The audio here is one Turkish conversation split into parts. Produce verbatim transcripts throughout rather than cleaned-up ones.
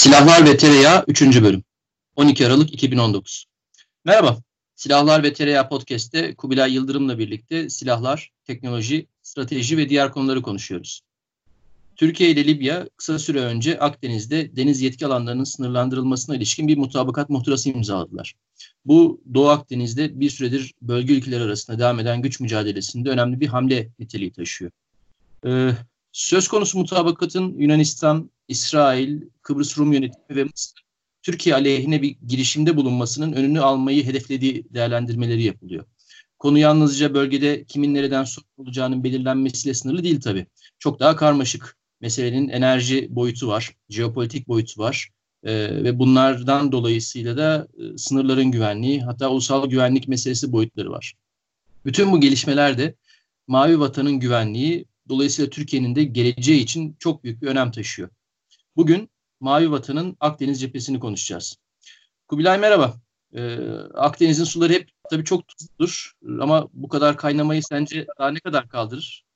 Silahlar ve Tereyağı üçüncü bölüm. on iki Aralık iki bin on dokuz. Merhaba. Silahlar ve Tereyağı Podcast'te Kubilay Yıldırım'la birlikte silahlar, teknoloji, strateji ve diğer konuları konuşuyoruz. Türkiye ile Libya kısa süre önce Akdeniz'de deniz yetki alanlarının sınırlandırılmasına ilişkin bir mutabakat muhtırası imzaladılar. Bu Doğu Akdeniz'de bir süredir bölge ülkeleri arasında devam eden güç mücadelesinde önemli bir hamle niteliği taşıyor. Ee, söz konusu mutabakatın Yunanistan, İsrail, Kıbrıs Rum yönetimi ve Mısır, Türkiye aleyhine bir girişimde bulunmasının önünü almayı hedeflediği değerlendirmeleri yapılıyor. Konu yalnızca bölgede kimin nereden sorumlu olacağının belirlenmesiyle sınırlı değil tabii. Çok daha karmaşık. Meselenin enerji boyutu var, jeopolitik boyutu var ee, ve bunlardan dolayısıyla da e, sınırların güvenliği, hatta ulusal güvenlik meselesi boyutları var. Bütün bu gelişmeler de Mavi Vatan'ın güvenliği, dolayısıyla Türkiye'nin de geleceği için çok büyük bir önem taşıyor. Bugün Mavi Vatan'ın Akdeniz cephesini konuşacağız. Kubilay merhaba. Ee, Akdeniz'in suları hep tabii çok tuzludur ama bu kadar kaynamayı sence daha ne kadar kaldırır?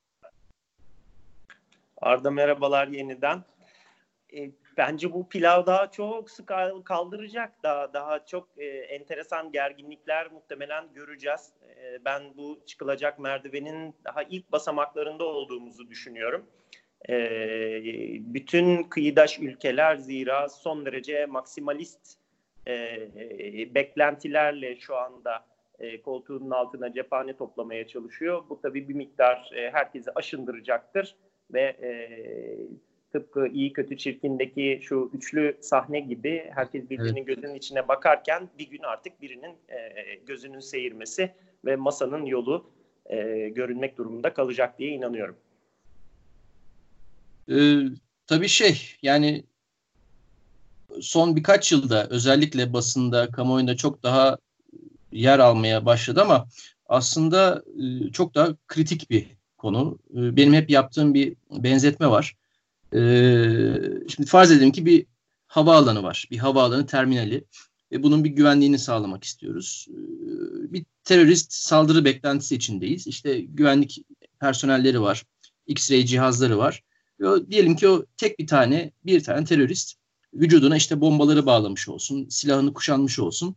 Arda merhabalar yeniden. E, bence bu pilav daha çok sık kaldıracak. Daha daha çok e, enteresan gerginlikler muhtemelen göreceğiz. E, ben bu çıkılacak merdivenin daha ilk basamaklarında olduğumuzu düşünüyorum. E, bütün kıyıdaş ülkeler zira son derece maksimalist e, e, beklentilerle şu anda e, koltuğunun altına cephane toplamaya çalışıyor. Bu tabii bir miktar e, herkesi aşındıracaktır ve e, tıpkı iyi kötü çirkindeki şu üçlü sahne gibi herkes birbirinin evet. gözünün içine bakarken bir gün artık birinin e, gözünün seyirmesi ve masanın yolu e, görünmek durumunda kalacak diye inanıyorum. Ee, tabii şey yani son birkaç yılda özellikle basında, kamuoyunda çok daha yer almaya başladı ama aslında e, çok daha kritik bir konu. E, benim hep yaptığım bir benzetme var. E, şimdi farz edelim ki bir havaalanı var. Bir havaalanı terminali ve bunun bir güvenliğini sağlamak istiyoruz. E, bir terörist saldırı beklentisi içindeyiz. İşte güvenlik personelleri var. X-ray cihazları var. Ve o, diyelim ki o tek bir tane, bir tane terörist vücuduna işte bombaları bağlamış olsun, silahını kuşanmış olsun.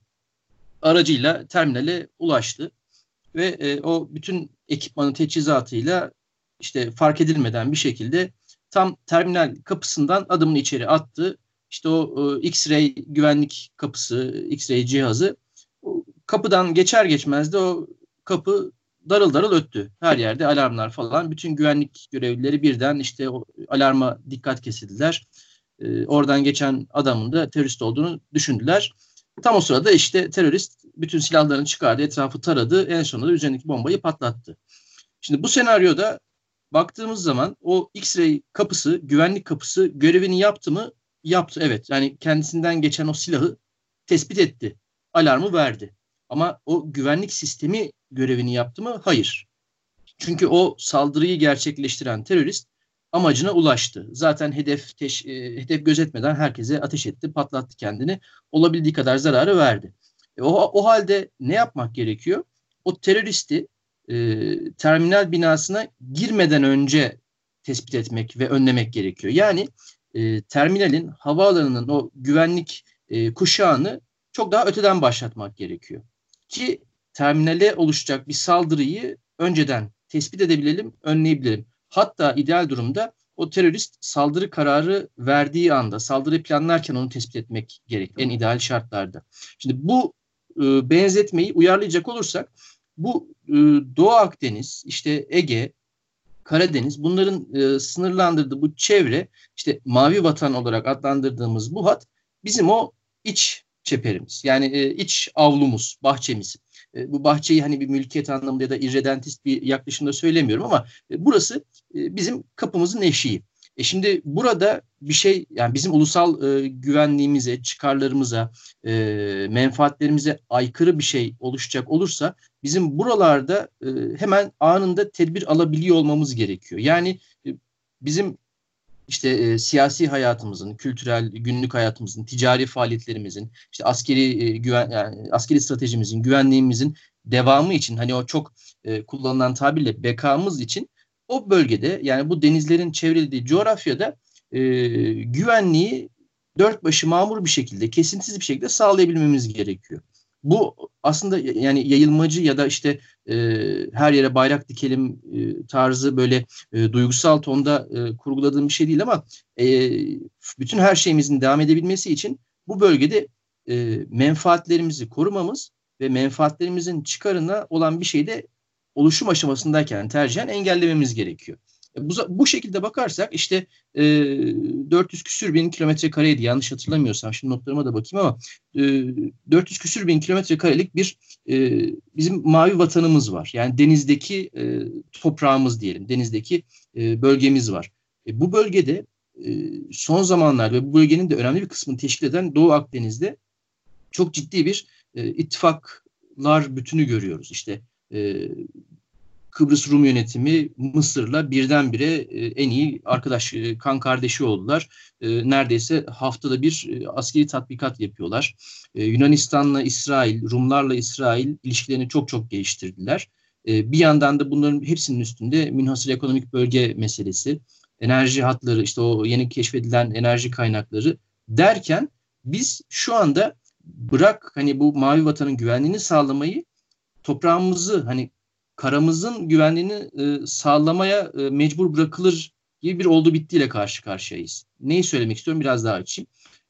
Aracıyla terminale ulaştı ve e, o bütün ekipmanı teçhizatıyla işte fark edilmeden bir şekilde tam terminal kapısından adımını içeri attı. İşte o e, X-ray güvenlik kapısı, X-ray cihazı o kapıdan geçer geçmez de o kapı darıl darıl öttü. Her yerde alarmlar falan. Bütün güvenlik görevlileri birden işte o alarma dikkat kesildiler. E, oradan geçen adamın da terörist olduğunu düşündüler. Tam o sırada işte terörist bütün silahlarını çıkardı, etrafı taradı, en sonunda da üzerindeki bombayı patlattı. Şimdi bu senaryoda baktığımız zaman o X-ray kapısı, güvenlik kapısı görevini yaptı mı? Yaptı, evet. Yani kendisinden geçen o silahı tespit etti, alarmı verdi. Ama o güvenlik sistemi görevini yaptı mı? Hayır. Çünkü o saldırıyı gerçekleştiren terörist amacına ulaştı. Zaten hedef teş, e, hedef gözetmeden herkese ateş etti, patlattı kendini. Olabildiği kadar zararı verdi. E, o, o halde ne yapmak gerekiyor? O teröristi e, terminal binasına girmeden önce tespit etmek ve önlemek gerekiyor. Yani e, terminalin, havaalanının o güvenlik e, kuşağını çok daha öteden başlatmak gerekiyor. Ki terminale oluşacak bir saldırıyı önceden tespit edebilelim, önleyebilelim. Hatta ideal durumda o terörist saldırı kararı verdiği anda, saldırı planlarken onu tespit etmek gerek en ideal şartlarda. Şimdi bu e, benzetmeyi uyarlayacak olursak, bu e, Doğu Akdeniz, işte Ege, Karadeniz, bunların e, sınırlandırdığı bu çevre, işte Mavi Vatan olarak adlandırdığımız bu hat bizim o iç çeperimiz. Yani e, iç avlumuz, bahçemiz. E, bu bahçeyi hani bir mülkiyet anlamında ya da irredentist bir yaklaşımda söylemiyorum ama e, burası e, bizim kapımızın eşiği. E şimdi burada bir şey, yani bizim ulusal e, güvenliğimize, çıkarlarımıza, e, menfaatlerimize aykırı bir şey oluşacak olursa bizim buralarda e, hemen anında tedbir alabiliyor olmamız gerekiyor. Yani e, bizim işte e, siyasi hayatımızın, kültürel günlük hayatımızın, ticari faaliyetlerimizin, işte askeri e, güven, yani askeri stratejimizin, güvenliğimizin devamı için, hani o çok e, kullanılan tabirle bekamız için o bölgede, yani bu denizlerin çevrelediği coğrafyada e, güvenliği dört başı mamur bir şekilde, kesintisiz bir şekilde sağlayabilmemiz gerekiyor. Bu aslında yani yayılmacı ya da işte e, her yere bayrak dikelim e, tarzı böyle e, duygusal tonda e, kurguladığım bir şey değil ama e, bütün her şeyimizin devam edebilmesi için bu bölgede e, menfaatlerimizi korumamız ve menfaatlerimizin çıkarına olan bir şeyde oluşum aşamasındayken tercihen engellememiz gerekiyor. Bu, bu şekilde bakarsak işte e, dört yüz küsür bin kilometre kareydi yanlış hatırlamıyorsam, şimdi notlarıma da bakayım ama e, dört yüz küsür bin kilometre karelik bir e, bizim mavi vatanımız var. Yani denizdeki e, toprağımız diyelim, denizdeki e, bölgemiz var. E, bu bölgede e, son zamanlarda ve bu bölgenin de önemli bir kısmını teşkil eden Doğu Akdeniz'de çok ciddi bir e, ittifaklar bütünü görüyoruz. İşte e, Kıbrıs Rum yönetimi Mısır'la birdenbire e, en iyi arkadaş, e, kan kardeşi oldular. E, neredeyse haftada bir e, askeri tatbikat yapıyorlar. E, Yunanistan'la İsrail, Rumlarla İsrail ilişkilerini çok çok geliştirdiler. E, bir yandan da bunların hepsinin üstünde münhasır ekonomik bölge meselesi, enerji hatları, işte o yeni keşfedilen enerji kaynakları derken biz şu anda bırak hani bu mavi vatanın güvenliğini sağlamayı, toprağımızı hani karamızın güvenliğini e, sağlamaya e, mecbur bırakılır gibi bir oldu bittiyle karşı karşıyayız. Neyi söylemek istiyorum? Biraz daha açayım.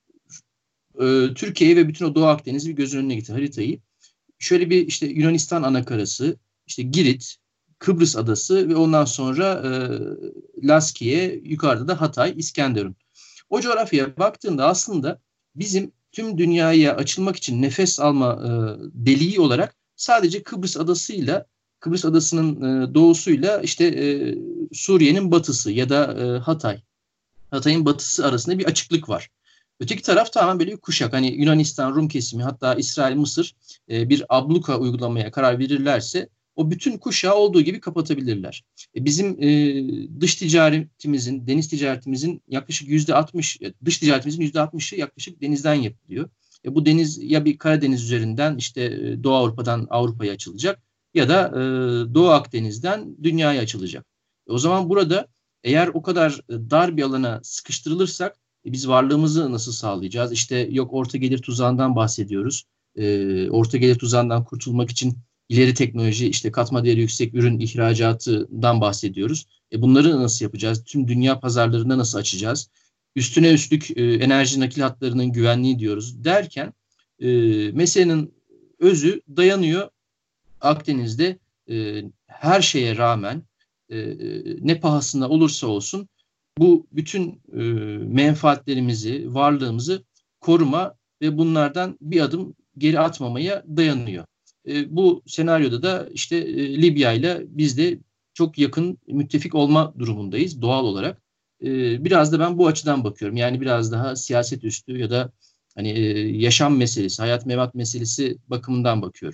E, Türkiye'yi ve bütün o Doğu Akdeniz'i bir gözün önüne getir haritayı. Şöyle bir işte Yunanistan anakarası, işte Girit, Kıbrıs adası ve ondan sonra e, Laskiye, yukarıda da Hatay, İskenderun. O coğrafyaya baktığında aslında bizim tüm dünyaya açılmak için nefes alma e, deliği olarak sadece Kıbrıs adasıyla Kıbrıs adasının e, doğusuyla işte e, Suriye'nin batısı ya da e, Hatay, Hatay'ın batısı arasında bir açıklık var. Öteki taraf tamamen böyle bir kuşak. Hani Yunanistan, Rum kesimi, hatta İsrail, Mısır e, bir abluka uygulamaya karar verirlerse o bütün kuşağı olduğu gibi kapatabilirler. E, bizim e, dış ticaretimizin, deniz ticaretimizin yaklaşık yüzde altmış, dış ticaretimizin yüzde altmışı yaklaşık denizden yapılıyor. E, bu deniz ya bir Karadeniz üzerinden işte e, Doğu Avrupa'dan Avrupa'ya açılacak ya da e, Doğu Akdeniz'den dünyaya açılacak. E, o zaman burada eğer o kadar dar bir alana sıkıştırılırsak e, biz varlığımızı nasıl sağlayacağız? İşte yok orta gelir tuzağından bahsediyoruz. E, orta gelir tuzağından kurtulmak için ileri teknoloji, işte katma değeri yüksek ürün ihracatından bahsediyoruz. E, bunları nasıl yapacağız? Tüm dünya pazarlarında nasıl açacağız? Üstüne üstlük e, enerji nakil hatlarının güvenliği diyoruz derken e, meselenin özü dayanıyor Akdeniz'de e, her şeye rağmen e, ne pahasına olursa olsun bu bütün e, menfaatlerimizi, varlığımızı koruma ve bunlardan bir adım geri atmamaya dayanıyor. E, bu senaryoda da işte e, Libya ile biz de çok yakın müttefik olma durumundayız doğal olarak. E, biraz da ben bu açıdan bakıyorum. Yani biraz daha siyaset üstü ya da hani e, yaşam meselesi, hayat memat meselesi bakımından bakıyorum.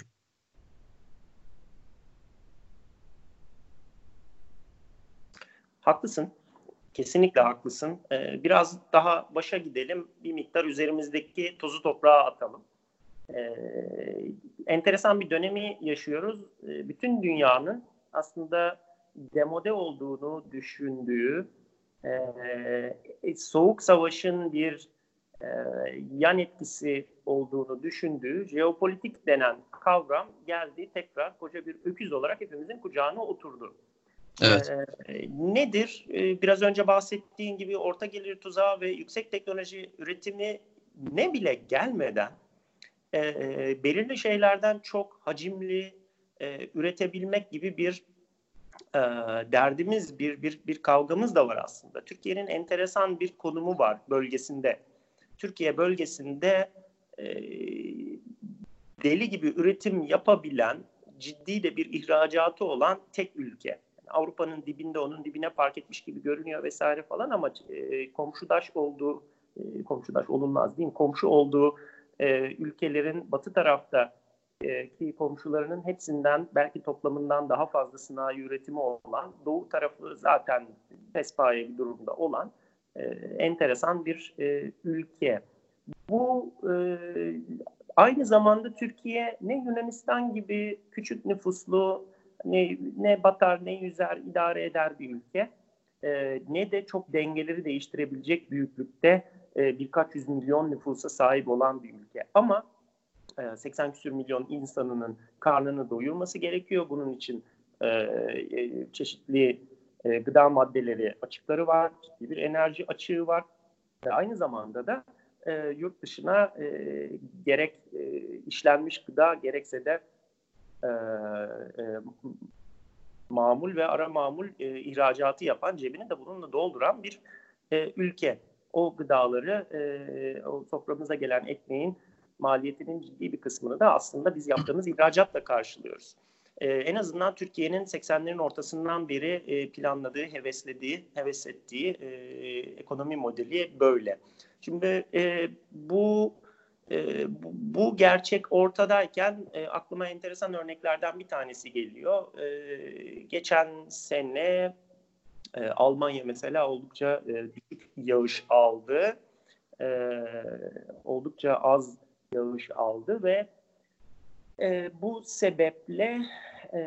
Haklısın. Kesinlikle haklısın. Ee, biraz daha başa gidelim. Bir miktar üzerimizdeki tozu toprağa atalım. Ee, enteresan bir dönemi yaşıyoruz. Ee, bütün dünyanın aslında demode olduğunu düşündüğü, e, soğuk savaşın bir e, yan etkisi olduğunu düşündüğü jeopolitik denen kavram geldi tekrar koca bir öküz olarak hepimizin kucağına oturdu. Evet. Ee, nedir? Ee, biraz önce bahsettiğin gibi orta gelir tuzağı ve yüksek teknoloji üretimi ne bile gelmeden e, belirli şeylerden çok hacimli e, üretebilmek gibi bir e, derdimiz, bir, bir, bir kavgamız da var aslında. Türkiye'nin enteresan bir konumu var bölgesinde. Türkiye bölgesinde e, deli gibi üretim yapabilen, ciddi de bir ihracatı olan tek ülke. Avrupa'nın dibinde, onun dibine park etmiş gibi görünüyor vesaire falan ama e, komşudaş olduğu, e, komşudaş olunmaz değil mi? Komşu olduğu e, ülkelerin batı tarafta e, ki komşularının hepsinden belki toplamından daha fazla sanayi üretimi olan, doğu tarafı zaten pespaye bir durumda olan e, enteresan bir e, ülke. Bu e, aynı zamanda Türkiye ne Yunanistan gibi küçük nüfuslu, ne, ne batar ne yüzer idare eder bir ülke, e, ne de çok dengeleri değiştirebilecek büyüklükte e, birkaç yüz milyon nüfusa sahip olan bir ülke. Ama e, seksen küsur milyon insanının karnını doyurması gerekiyor. Bunun için e, e, çeşitli e, gıda maddeleri açıkları var, ciddi bir enerji açığı var. Ve aynı zamanda da e, yurt dışına e, gerek e, işlenmiş gıda gerekse de e, e, mamul ve ara mamul e, ihracatı yapan, cebini de bununla dolduran bir e, ülke. O gıdaları, e, o soframıza gelen ekmeğin maliyetinin ciddi bir kısmını da aslında biz yaptığımız ihracatla karşılıyoruz. Ee, en azından Türkiye'nin seksenlerin ortasından beri e, planladığı, heveslediği, heves ettiği e, ekonomi modeli böyle. Şimdi e, bu, e, bu bu gerçek ortadayken e, aklıma enteresan örneklerden bir tanesi geliyor. E, geçen sene e, Almanya mesela oldukça e, düşük yağış aldı. E, oldukça az yağış aldı ve e, bu sebeple e,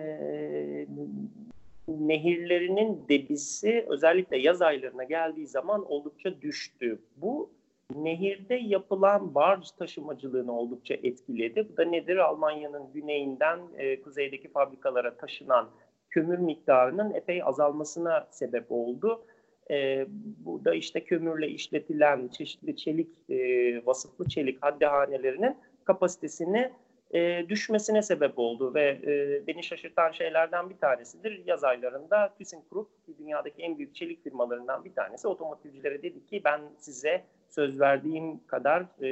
nehirlerinin debisi özellikle yaz aylarına geldiği zaman oldukça düştü. Bu nehirde yapılan barj taşımacılığını oldukça etkiledi. Bu da nedir? Almanya'nın güneyinden e, kuzeydeki fabrikalara taşınan kömür miktarının epey azalmasına sebep oldu. E, bu da işte kömürle işletilen çeşitli çelik, e, vasıflı çelik haddehanelerinin kapasitesini e, düşmesine sebep oldu ve e, beni şaşırtan şeylerden bir tanesidir. Yaz aylarında ThyssenKrupp, dünyadaki en büyük çelik firmalarından bir tanesi, otomotivcilere dedi ki ben size söz verdiğim kadar e,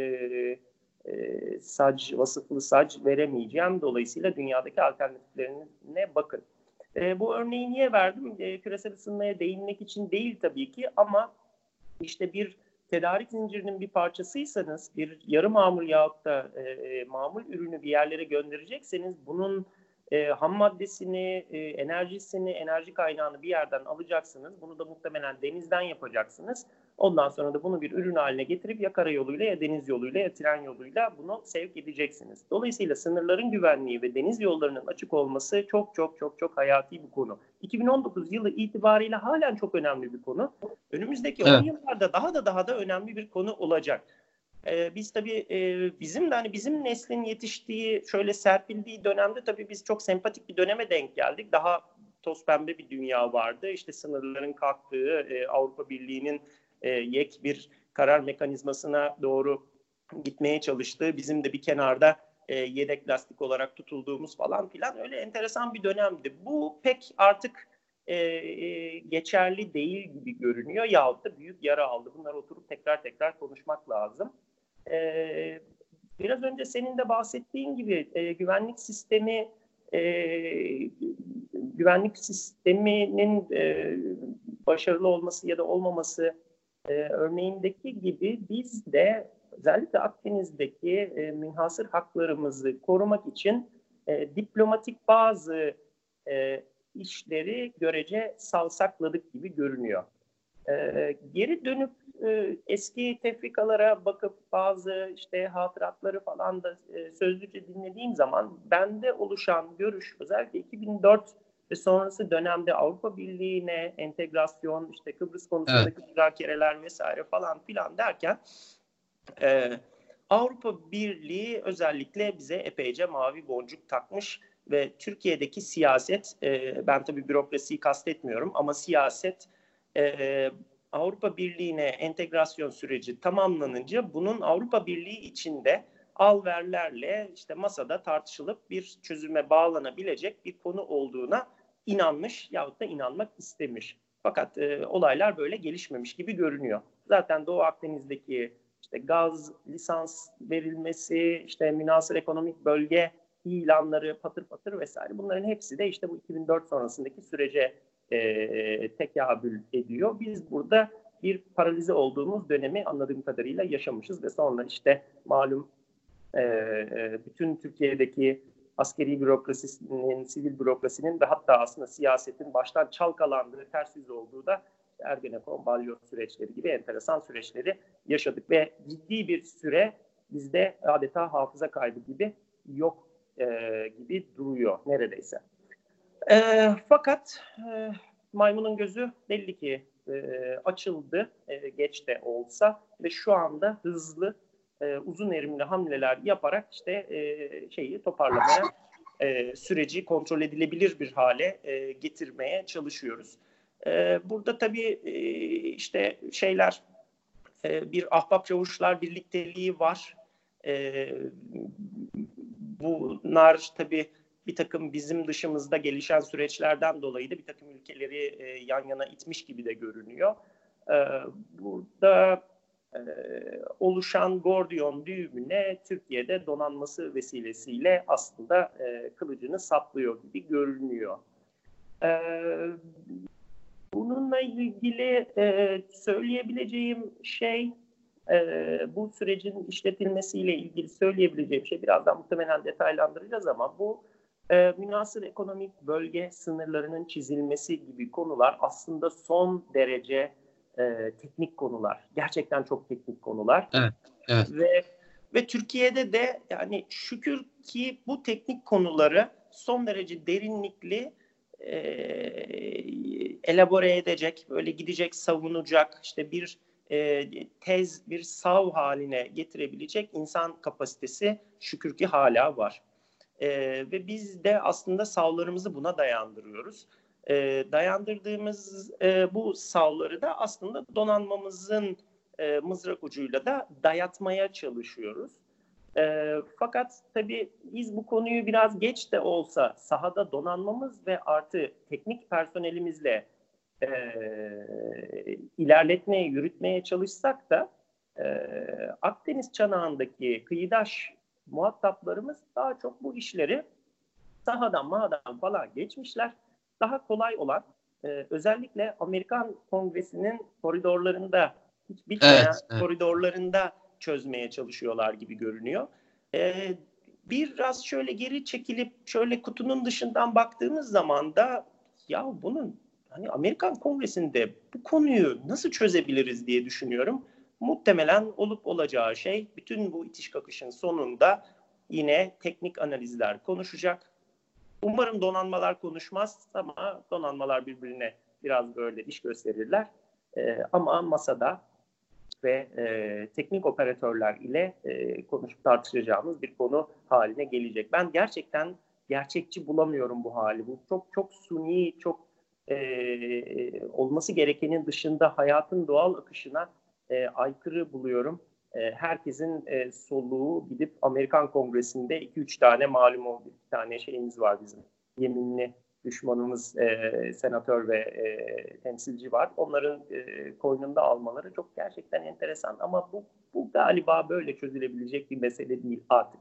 e, sac, vasıflı sac veremeyeceğim. Dolayısıyla dünyadaki alternatiflerine bakın. E, bu örneği niye verdim? E, küresel ısınmaya değinmek için değil tabii ki, ama işte bir tedarik zincirinin bir parçasıysanız, bir yarı mamul yahut da e, mamul ürünü bir yerlere gönderecekseniz bunun e, ham maddesini, e, enerjisini, enerji kaynağını bir yerden alacaksınız. Bunu da muhtemelen denizden yapacaksınız. Ondan sonra da bunu bir ürün haline getirip ya karayoluyla ya deniz yoluyla ya tren yoluyla bunu sevk edeceksiniz. Dolayısıyla sınırların güvenliği ve deniz yollarının açık olması çok çok çok çok hayati bir konu. iki bin on dokuz yılı itibariyle halen çok önemli bir konu. Önümüzdeki on Evet. yıllarda daha da daha da önemli bir konu olacak. Ee, biz tabii e, bizim de hani bizim neslin yetiştiği, şöyle serpildiği dönemde tabii biz çok sempatik bir döneme denk geldik. Daha toz pembe bir dünya vardı. İşte sınırların kalktığı, e, Avrupa Birliği'nin e, yek bir karar mekanizmasına doğru gitmeye çalıştığı, bizim de bir kenarda e, yedek lastik olarak tutulduğumuz falan filan, öyle enteresan bir dönemdi. Bu pek artık e, e, geçerli değil gibi görünüyor yahut da büyük yara aldı. Bunları oturup tekrar tekrar konuşmak lazım. E, biraz önce senin de bahsettiğin gibi e, güvenlik sistemi e, güvenlik sisteminin e, başarılı olması ya da olmaması e, örneğindeki gibi biz de özellikle Akdeniz'deki e, münhasır haklarımızı korumak için e, diplomatik bazı e, işleri görece savsakladık gibi görünüyor. E, geri dönüp e, eski tefrikalara bakıp bazı işte hatıratları falan da e, sözlüce dinlediğim zaman bende oluşan görüş, özellikle iki bin dört ve sonrası dönemde Avrupa Birliği'ne entegrasyon, işte Kıbrıs konusundaki Evet. müzakereler vesaire falan filan derken e, Avrupa Birliği özellikle bize epeyce mavi boncuk takmış ve Türkiye'deki siyaset, e, ben tabii bürokrasiyi kastetmiyorum ama siyaset, e, Avrupa Birliği'ne entegrasyon süreci tamamlanınca bunun Avrupa Birliği içinde al-verlerle işte masada tartışılıp bir çözüme bağlanabilecek bir konu olduğuna inanmış yahut da inanmak istemiş. Fakat e, olaylar böyle gelişmemiş gibi görünüyor. Zaten Doğu Akdeniz'deki işte gaz lisans verilmesi, işte münhasır ekonomik bölge ilanları, patır patır vesaire, bunların hepsi de işte bu iki bin dört sonrasındaki sürece e, tekabül ediyor. Biz burada bir paralize olduğumuz dönemi anladığım kadarıyla yaşamışız ve sonra işte malum e, bütün Türkiye'deki askeri bürokrasinin, sivil bürokrasinin ve hatta aslında siyasetin baştan çalkalandığı, ters yüz olduğu da Ergenekon, Balyoz süreçleri gibi enteresan süreçleri yaşadık ve ciddi bir süre bizde adeta hafıza kaybı gibi yok e, gibi duruyor neredeyse. E, fakat e, maymunun gözü belli ki e, açıldı e, geç de olsa ve şu anda hızlı e, uzun erimli hamleler yaparak işte e, şeyi toparlamaya, e, süreci kontrol edilebilir bir hale e, getirmeye çalışıyoruz. E, burada tabii e, işte şeyler, e, bir Ahbap Çavuşlar Birlikteliği var. E, bunlar tabii bir takım bizim dışımızda gelişen süreçlerden dolayı da bir takım ülkeleri e, yan yana itmiş gibi de görünüyor. E, burada e, oluşan Gordiyon düğümüne Türkiye'de donanması vesilesiyle aslında e, kılıcını saplıyor gibi görünüyor. E, bununla ilgili e, söyleyebileceğim şey, e, bu sürecin işletilmesiyle ilgili söyleyebileceğim şey, birazdan muhtemelen detaylandıracağız ama bu e, münhasır ekonomik bölge sınırlarının çizilmesi gibi konular aslında son derece e, teknik konular. Gerçekten çok teknik konular. Evet, evet. Ve ve Türkiye'de de yani şükür ki bu teknik konuları son derece derinlikli e, elabore edecek, böyle gidecek, savunacak, işte bir e, tez, bir sav haline getirebilecek insan kapasitesi şükür ki hala var. E, ve biz de aslında savlarımızı buna dayandırıyoruz. E, dayandırdığımız e, bu savları da aslında donanmamızın e, mızrak ucuyla da dayatmaya çalışıyoruz. E, fakat tabii biz bu konuyu biraz geç de olsa sahada donanmamız ve artı teknik personelimizle e, ilerletmeye, yürütmeye çalışsak da e, Akdeniz çanağındaki kıyıdaş muhataplarımız daha çok bu işleri sahadan mahadan falan geçmişler. Daha kolay olan, e, özellikle Amerikan Kongresi'nin koridorlarında, hiç bitmeyen Evet, evet. koridorlarında çözmeye çalışıyorlar gibi görünüyor. E, biraz şöyle geri çekilip şöyle kutunun dışından baktığımız zaman da ya bunun hani Amerikan Kongresi'nde bu konuyu nasıl çözebiliriz diye düşünüyorum. Muhtemelen olup olacağı şey, bütün bu itiş kakışın sonunda yine teknik analizler konuşacak. Umarım donanmalar konuşmaz ama donanmalar birbirine biraz böyle iş gösterirler. Ee, ama masada ve e, teknik operatörler ile e, konuşup tartışacağımız bir konu haline gelecek. Ben gerçekten gerçekçi bulamıyorum bu hali. Bu çok çok suni, çok e, olması gerekenin dışında hayatın doğal akışına e, aykırı buluyorum. E, herkesin e, soluğu gidip Amerikan Kongresi'nde iki üç tane malum oldu. Bir tane şeyimiz var bizim. Yeminli düşmanımız e, senatör ve e, temsilci var. Onların e, koynunda almaları çok gerçekten enteresan ama bu, bu galiba böyle çözülebilecek bir mesele değil artık.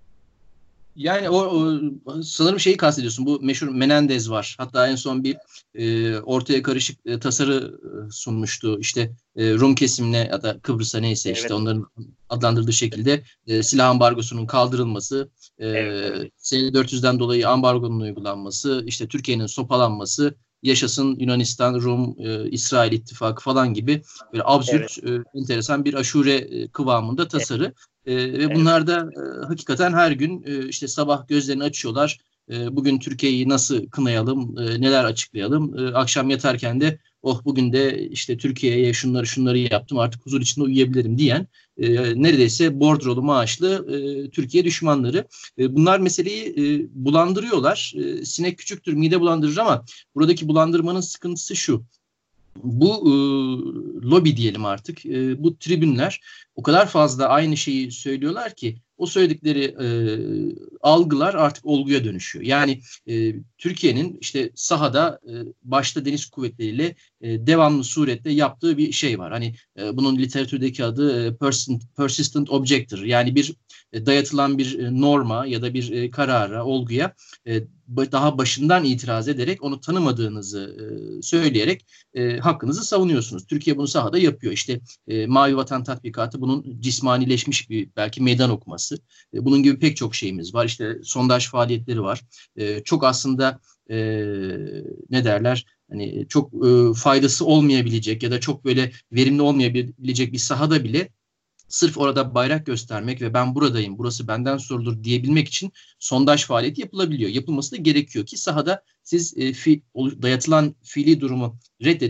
Yani o, o sanırım şeyi kastediyorsun. Bu meşhur Menendez var. Hatta en son bir e, ortaya karışık e, tasarı e, sunmuştu. İşte e, Rum kesimine ya da Kıbrıs'a neyse Evet. işte onların adlandırdığı şekilde e, silah ambargosunun kaldırılması, e, Evet, evet. S dört yüzden dolayı ambargonun uygulanması, işte Türkiye'nin sopalanması, yaşasın Yunanistan, Rum, e, İsrail ittifakı falan gibi böyle absürt, Evet. e, enteresan bir aşure e, kıvamında tasarı. Evet. E, ve Evet. bunlar da e, hakikaten her gün e, işte sabah gözlerini açıyorlar. E, bugün Türkiye'yi nasıl kınayalım, e, neler açıklayalım. E, akşam yatarken de oh bugün de işte Türkiye'ye şunları şunları yaptım artık huzur içinde uyuyabilirim diyen e, neredeyse bordrolu maaşlı e, Türkiye düşmanları. E, bunlar meseleyi e, bulandırıyorlar. E, sinek küçüktür, mide bulandırır ama buradaki bulandırmanın sıkıntısı şu. Bu e, lobi diyelim artık, e, bu tribünler o kadar fazla aynı şeyi söylüyorlar ki o söyledikleri e, algılar artık olguya dönüşüyor. Yani e, Türkiye'nin işte sahada e, başta deniz kuvvetleriyle e, devamlı surette yaptığı bir şey var. Hani e, bunun literatürdeki adı e, persistent, persistent objector, yani bir e, dayatılan bir e, norma ya da bir e, karara, olguya e, daha başından itiraz ederek onu tanımadığınızı e, söyleyerek e, hakkınızı savunuyorsunuz. Türkiye bunu sahada yapıyor. İşte e, Mavi Vatan tatbikatı bunun cismanileşmiş bir belki meydan okuması. E, bunun gibi pek çok şeyimiz var. İşte sondaj faaliyetleri var. E, çok aslında e, ne derler? Hani çok e, faydası olmayabilecek ya da çok böyle verimli olmayabilecek bir sahada bile sırf orada bayrak göstermek ve ben buradayım, burası benden sorulur diyebilmek için sondaj faaliyeti yapılabiliyor. Yapılması da gerekiyor ki sahada siz e, fi, dayatılan fiili durumu reddedip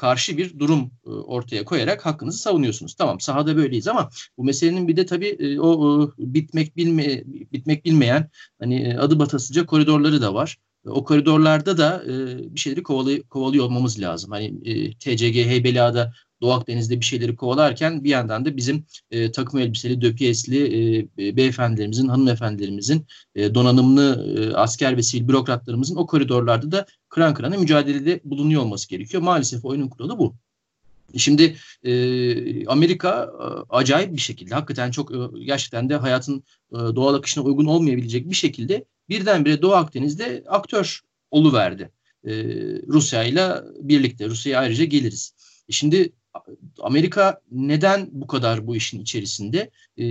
karşı bir durum e, ortaya koyarak hakkınızı savunuyorsunuz. Tamam, sahada böyleyiz ama bu meselenin bir de tabii e, o, o bitmek bilme bitmek bilmeyen hani e, adı batasıca koridorları da var. O koridorlarda da e, bir şeyleri kovalay- kovalıyor olmamız lazım. Hani e, T C G Heybeliada'da Doğu Akdeniz'de bir şeyleri kovalarken bir yandan da bizim e, takım elbiseli, döpiyesli e, beyefendilerimizin, hanımefendilerimizin, e, donanımlı e, asker ve sivil bürokratlarımızın o koridorlarda da kıran kırana mücadelede bulunuyor olması gerekiyor. Maalesef oyunun kuralı bu. Şimdi e, Amerika e, acayip bir şekilde, hakikaten çok e, gerçekten de hayatın e, doğal akışına uygun olmayabilecek bir şekilde birdenbire Doğu Akdeniz'de aktör oluverdi. E, Rusya ile birlikte. Rusya'ya ayrıca geliriz. E şimdi Amerika neden bu kadar bu işin içerisinde? E,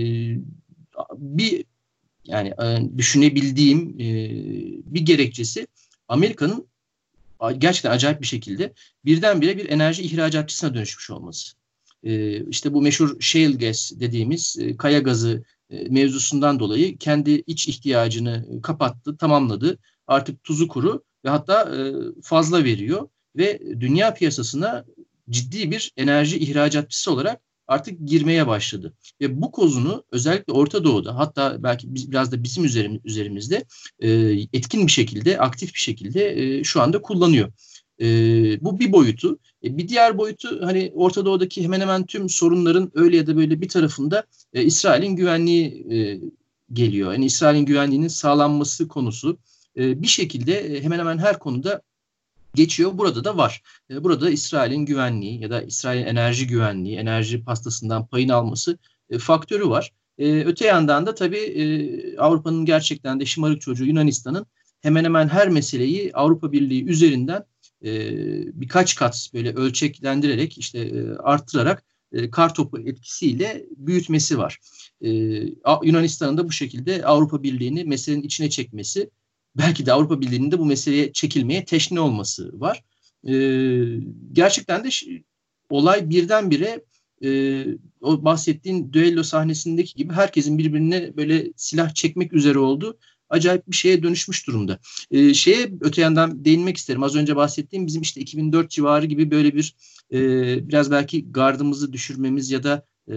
bir yani e, düşünebildiğim e, bir gerekçesi Amerika'nın gerçekten acayip bir şekilde birdenbire bir enerji ihracatçısına dönüşmüş olması. Ee, işte bu meşhur shale gas dediğimiz e, kaya gazı e, mevzusundan dolayı kendi iç ihtiyacını kapattı, tamamladı. Artık tuzu kuru ve hatta e, fazla veriyor ve dünya piyasasına ciddi bir enerji ihracatçısı olarak artık girmeye başladı. Ve bu kozunu özellikle Orta Doğu'da, hatta belki biraz da bizim üzerimizde e, etkin bir şekilde, aktif bir şekilde e, şu anda kullanıyor. E, bu bir boyutu. E, bir diğer boyutu, hani Orta Doğu'daki hemen hemen tüm sorunların öyle ya da böyle bir tarafında e, İsrail'in güvenliği e, geliyor. Yani İsrail'in güvenliğinin sağlanması konusu e, bir şekilde e, hemen hemen her konuda geçiyor. Burada da var. Burada İsrail'in güvenliği ya da İsrail'in enerji güvenliği, enerji pastasından payını alması e, faktörü var. E, öte yandan da tabii e, Avrupa'nın gerçekten de şımarık çocuğu Yunanistan'ın hemen hemen her meseleyi Avrupa Birliği üzerinden e, birkaç kat böyle ölçeklendirerek, işte e, arttırarak e, kartopu etkisiyle büyütmesi var. E, Yunanistan'ın da bu şekilde Avrupa Birliği'ni meselenin içine çekmesi, belki de Avrupa Birliği'nin de bu meseleye çekilmeye teşne olması var. Ee, gerçekten de olay birdenbire e, o bahsettiğin düello sahnesindeki gibi herkesin birbirine böyle silah çekmek üzere olduğu acayip bir şeye dönüşmüş durumda. Ee, şeye öte yandan değinmek isterim. Az önce bahsettiğim bizim işte iki bin dört civarı gibi böyle bir e, biraz belki gardımızı düşürmemiz ya da e,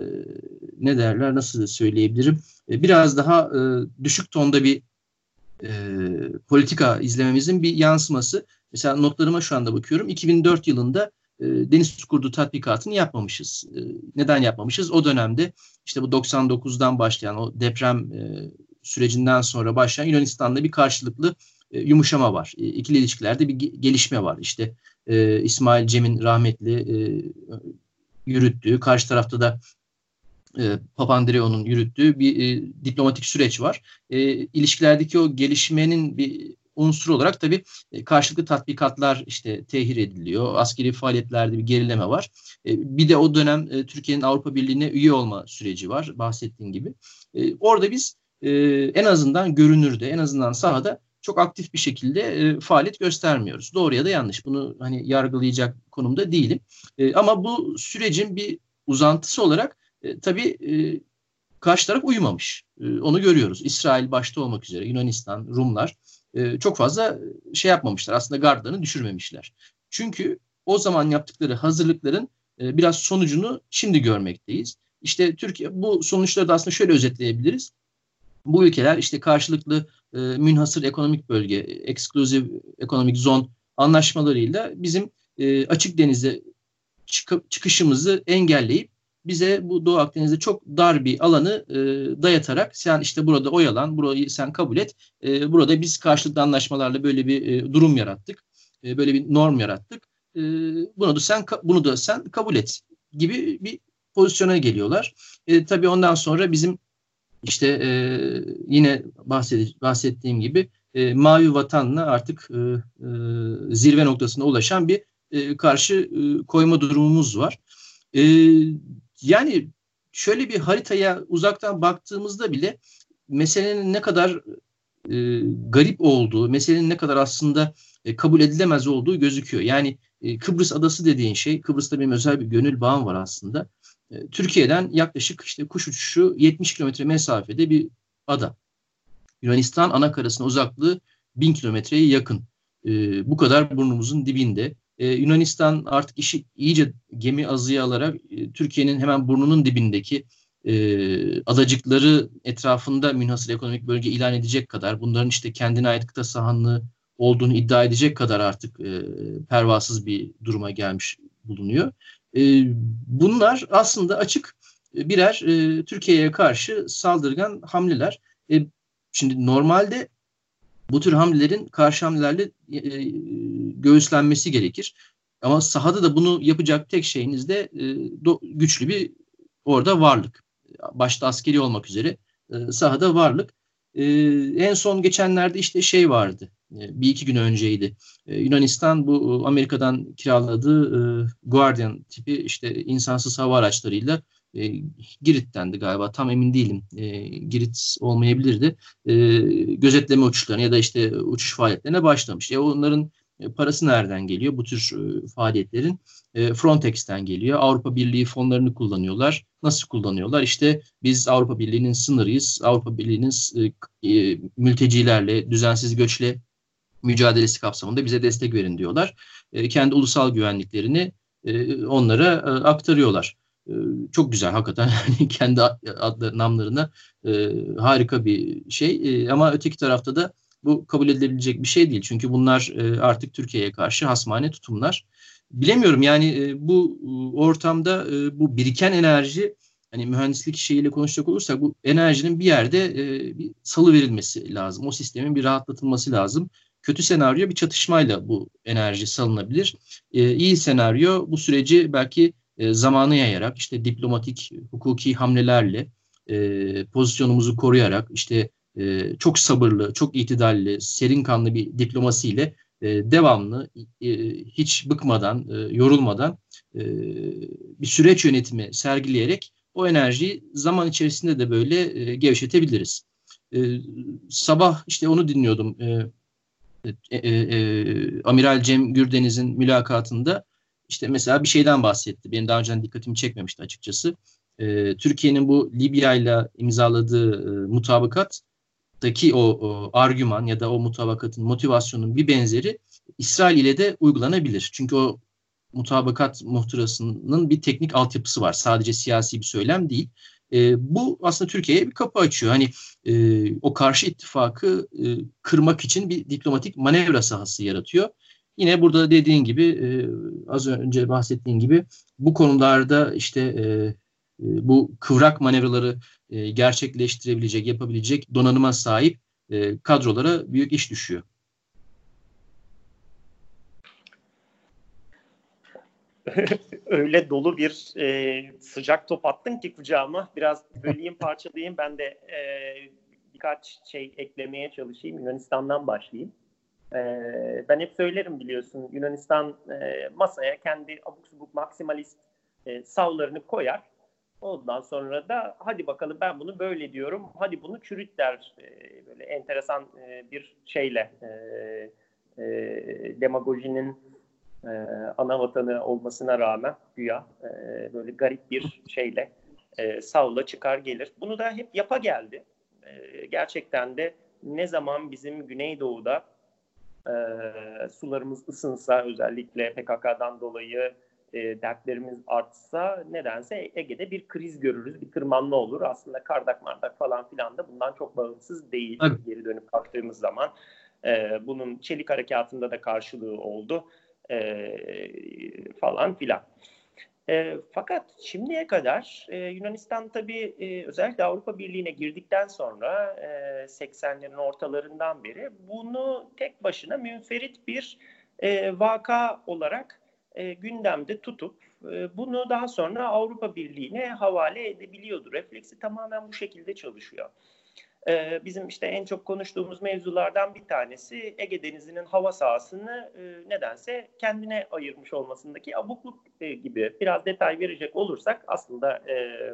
ne derler, nasıl söyleyebilirim, e, biraz daha e, düşük tonda bir E, politika izlememizin bir yansıması. Mesela notlarıma şu anda bakıyorum. iki bin dört yılında e, deniz kurdu tatbikatını yapmamışız. E, neden yapmamışız? O dönemde işte bu doksan dokuzdan başlayan o deprem e, sürecinden sonra başlayan Yunanistan'da bir karşılıklı e, yumuşama var. E, ikili ilişkilerde bir ge- gelişme var. İşte e, İsmail Cem'in rahmetli e, yürüttüğü, karşı tarafta da e, Papandreou'nun yürüttüğü bir e, diplomatik süreç var. E, ilişkilerdeki o gelişmenin bir unsuru olarak tabii e, karşılıklı tatbikatlar işte tehir ediliyor. Askeri faaliyetlerde bir gerileme var. E, bir de o dönem e, Türkiye'nin Avrupa Birliği'ne üye olma süreci var, bahsettiğin gibi. E, orada biz e, en azından görünürde, en azından sahada çok aktif bir şekilde e, faaliyet göstermiyoruz. Doğru ya da yanlış, bunu hani yargılayacak konumda değilim. E, ama bu sürecin bir uzantısı olarak E, tabii e, karşı taraf uyumamış. E, onu görüyoruz. İsrail başta olmak üzere Yunanistan, Rumlar e, çok fazla şey yapmamışlar. Aslında gardlarını düşürmemişler. Çünkü o zaman yaptıkları hazırlıkların e, biraz sonucunu şimdi görmekteyiz. İşte Türkiye, bu sonuçları da aslında şöyle özetleyebiliriz. Bu ülkeler işte karşılıklı e, münhasır ekonomik bölge, exclusive economic zone anlaşmalarıyla bizim e, açık denize çıkıp, çıkışımızı engelleyip bize bu Doğu Akdeniz'de çok dar bir alanı e, dayatarak, sen işte burada oyalan, burayı sen kabul et. E, burada biz karşılıklı anlaşmalarla böyle bir e, durum yarattık. E, böyle bir norm yarattık. E, bunu da sen bunu da sen kabul et gibi bir pozisyona geliyorlar. E, tabii ondan sonra bizim işte e, yine bahsed- bahsettiğim gibi e, mavi vatanla artık e, e, zirve noktasına ulaşan bir e, karşı e, koyma durumumuz var. E, yani şöyle bir haritaya uzaktan baktığımızda bile meselenin ne kadar e, garip olduğu, meselenin ne kadar aslında e, kabul edilemez olduğu gözüküyor. Yani e, Kıbrıs Adası dediğin şey, Kıbrıs'ta benim özel bir gönül bağım var aslında. E, Türkiye'den yaklaşık işte kuş uçuşu yetmiş kilometre mesafede bir ada. Yunanistan ana karasına uzaklığı bin kilometreye yakın. E, bu kadar burnumuzun dibinde. Ee, Yunanistan artık işi iyice gemi azıya alarak e, Türkiye'nin hemen burnunun dibindeki e, adacıkları etrafında münhasır ekonomik bölge ilan edecek kadar, bunların işte kendine ait kıta sahanlığı olduğunu iddia edecek kadar artık e, pervasız bir duruma gelmiş bulunuyor. E, bunlar aslında açık birer e, Türkiye'ye karşı saldırgan hamleler. E, şimdi normalde bu tür hamlelerin karşı hamlelerle e, göğüslenmesi gerekir. Ama sahada da bunu yapacak tek şeyiniz de e, do, güçlü bir orada varlık. Başta askeri olmak üzere e, sahada varlık. E, en son geçenlerde işte şey vardı. E, bir iki gün önceydi. E, Yunanistan bu Amerika'dan kiraladığı e, Guardian tipi işte insansız hava araçlarıyla e, Girit'tendi galiba. Tam emin değilim. E, Girit olmayabilirdi. E, gözetleme uçuşlarına ya da işte uçuş faaliyetlerine başlamış. E, onların parası nereden geliyor? Bu tür e, faaliyetlerin e, Frontex'ten geliyor. Avrupa Birliği fonlarını kullanıyorlar. Nasıl kullanıyorlar? İşte biz Avrupa Birliği'nin sınırıyız. Avrupa Birliği'nin e, e, mültecilerle, düzensiz göçle mücadelesi kapsamında bize destek verin diyorlar. E, kendi ulusal güvenliklerini e, onlara e, aktarıyorlar. E, çok güzel hakikaten kendi adları, namlarına e, harika bir şey. E, ama öteki tarafta da bu kabul edilebilecek bir şey değil. Çünkü bunlar e, artık Türkiye'ye karşı hasmane tutumlar. Bilemiyorum yani e, bu e, ortamda e, bu biriken enerji, hani mühendislik şeyiyle konuşacak olursak bu enerjinin bir yerde e, bir salı verilmesi lazım. O sistemin bir rahatlatılması lazım. Kötü senaryo bir çatışmayla bu enerji salınabilir. E, iyi senaryo bu süreci belki e, zamanı yayarak, işte diplomatik, hukuki hamlelerle, e, pozisyonumuzu koruyarak, işte e, çok sabırlı, çok itidalli, serin kanlı bir diplomasiyle e, devamlı, e, hiç bıkmadan, e, yorulmadan e, bir süreç yönetimi sergileyerek o enerjiyi zaman içerisinde de böyle e, gevşetebiliriz. E, sabah işte onu dinliyordum. E, e, e, e, Amiral Cem Gürdeniz'in mülakatında işte mesela bir şeyden bahsetti. Benim daha önceden dikkatimi çekmemişti açıkçası. E, Türkiye'nin bu Libya ile imzaladığı e, mutabakat,'daki o, o argüman ya da o mutabakatın motivasyonun bir benzeri İsrail ile de uygulanabilir. Çünkü o mutabakat muhtırasının bir teknik altyapısı var. Sadece siyasi bir söylem değil. E, bu aslında Türkiye'ye bir kapı açıyor. Hani e, o karşı ittifakı e, kırmak için bir diplomatik manevra sahası yaratıyor. Yine burada dediğin gibi e, az önce bahsettiğin gibi bu konularda işte e, e, bu kıvrak manevraları e, gerçekleştirebilecek, yapabilecek donanıma sahip e, kadrolara büyük iş düşüyor. Öyle dolu bir e, sıcak top attın ki kucağıma. Biraz böleyim, parçalayayım. Ben de e, birkaç şey eklemeye çalışayım. Yunanistan'dan başlayayım. E, ben hep söylerim biliyorsun. Yunanistan e, masaya kendi abuk subuk maksimalist e, savlarını koyar. Ondan sonra da hadi bakalım ben bunu böyle diyorum. Hadi bunu çürüt der. E, böyle enteresan e, bir şeyle e, e, demagojinin e, ana vatanı olmasına rağmen güya e, böyle garip bir şeyle e, savla çıkar gelir. Bunu da hep yapa geldi. E, gerçekten de ne zaman bizim Güneydoğu'da e, sularımız ısınsa, özellikle P K K'dan dolayı e, dertlerimiz artsa, nedense Ege'de bir kriz görürüz, bir tırmanma olur. Aslında Kardak Mardak falan filan da bundan çok bağımsız değil. Tabii. Geri dönüp baktığımız zaman e, bunun Çelik Harekatı'nda da karşılığı oldu. E, falan filan. E, fakat şimdiye kadar e, Yunanistan tabii e, özellikle Avrupa Birliği'ne girdikten sonra e, seksenlerin ortalarından beri bunu tek başına münferit bir e, vaka olarak e, gündemde tutup e, bunu daha sonra Avrupa Birliği'ne havale edebiliyordu. Refleksi tamamen bu şekilde çalışıyor. Ee, bizim işte en çok konuştuğumuz mevzulardan bir tanesi Ege Denizi'nin hava sahasını e, nedense kendine ayırmış olmasındaki abukluk e, gibi. Biraz detay verecek olursak aslında e,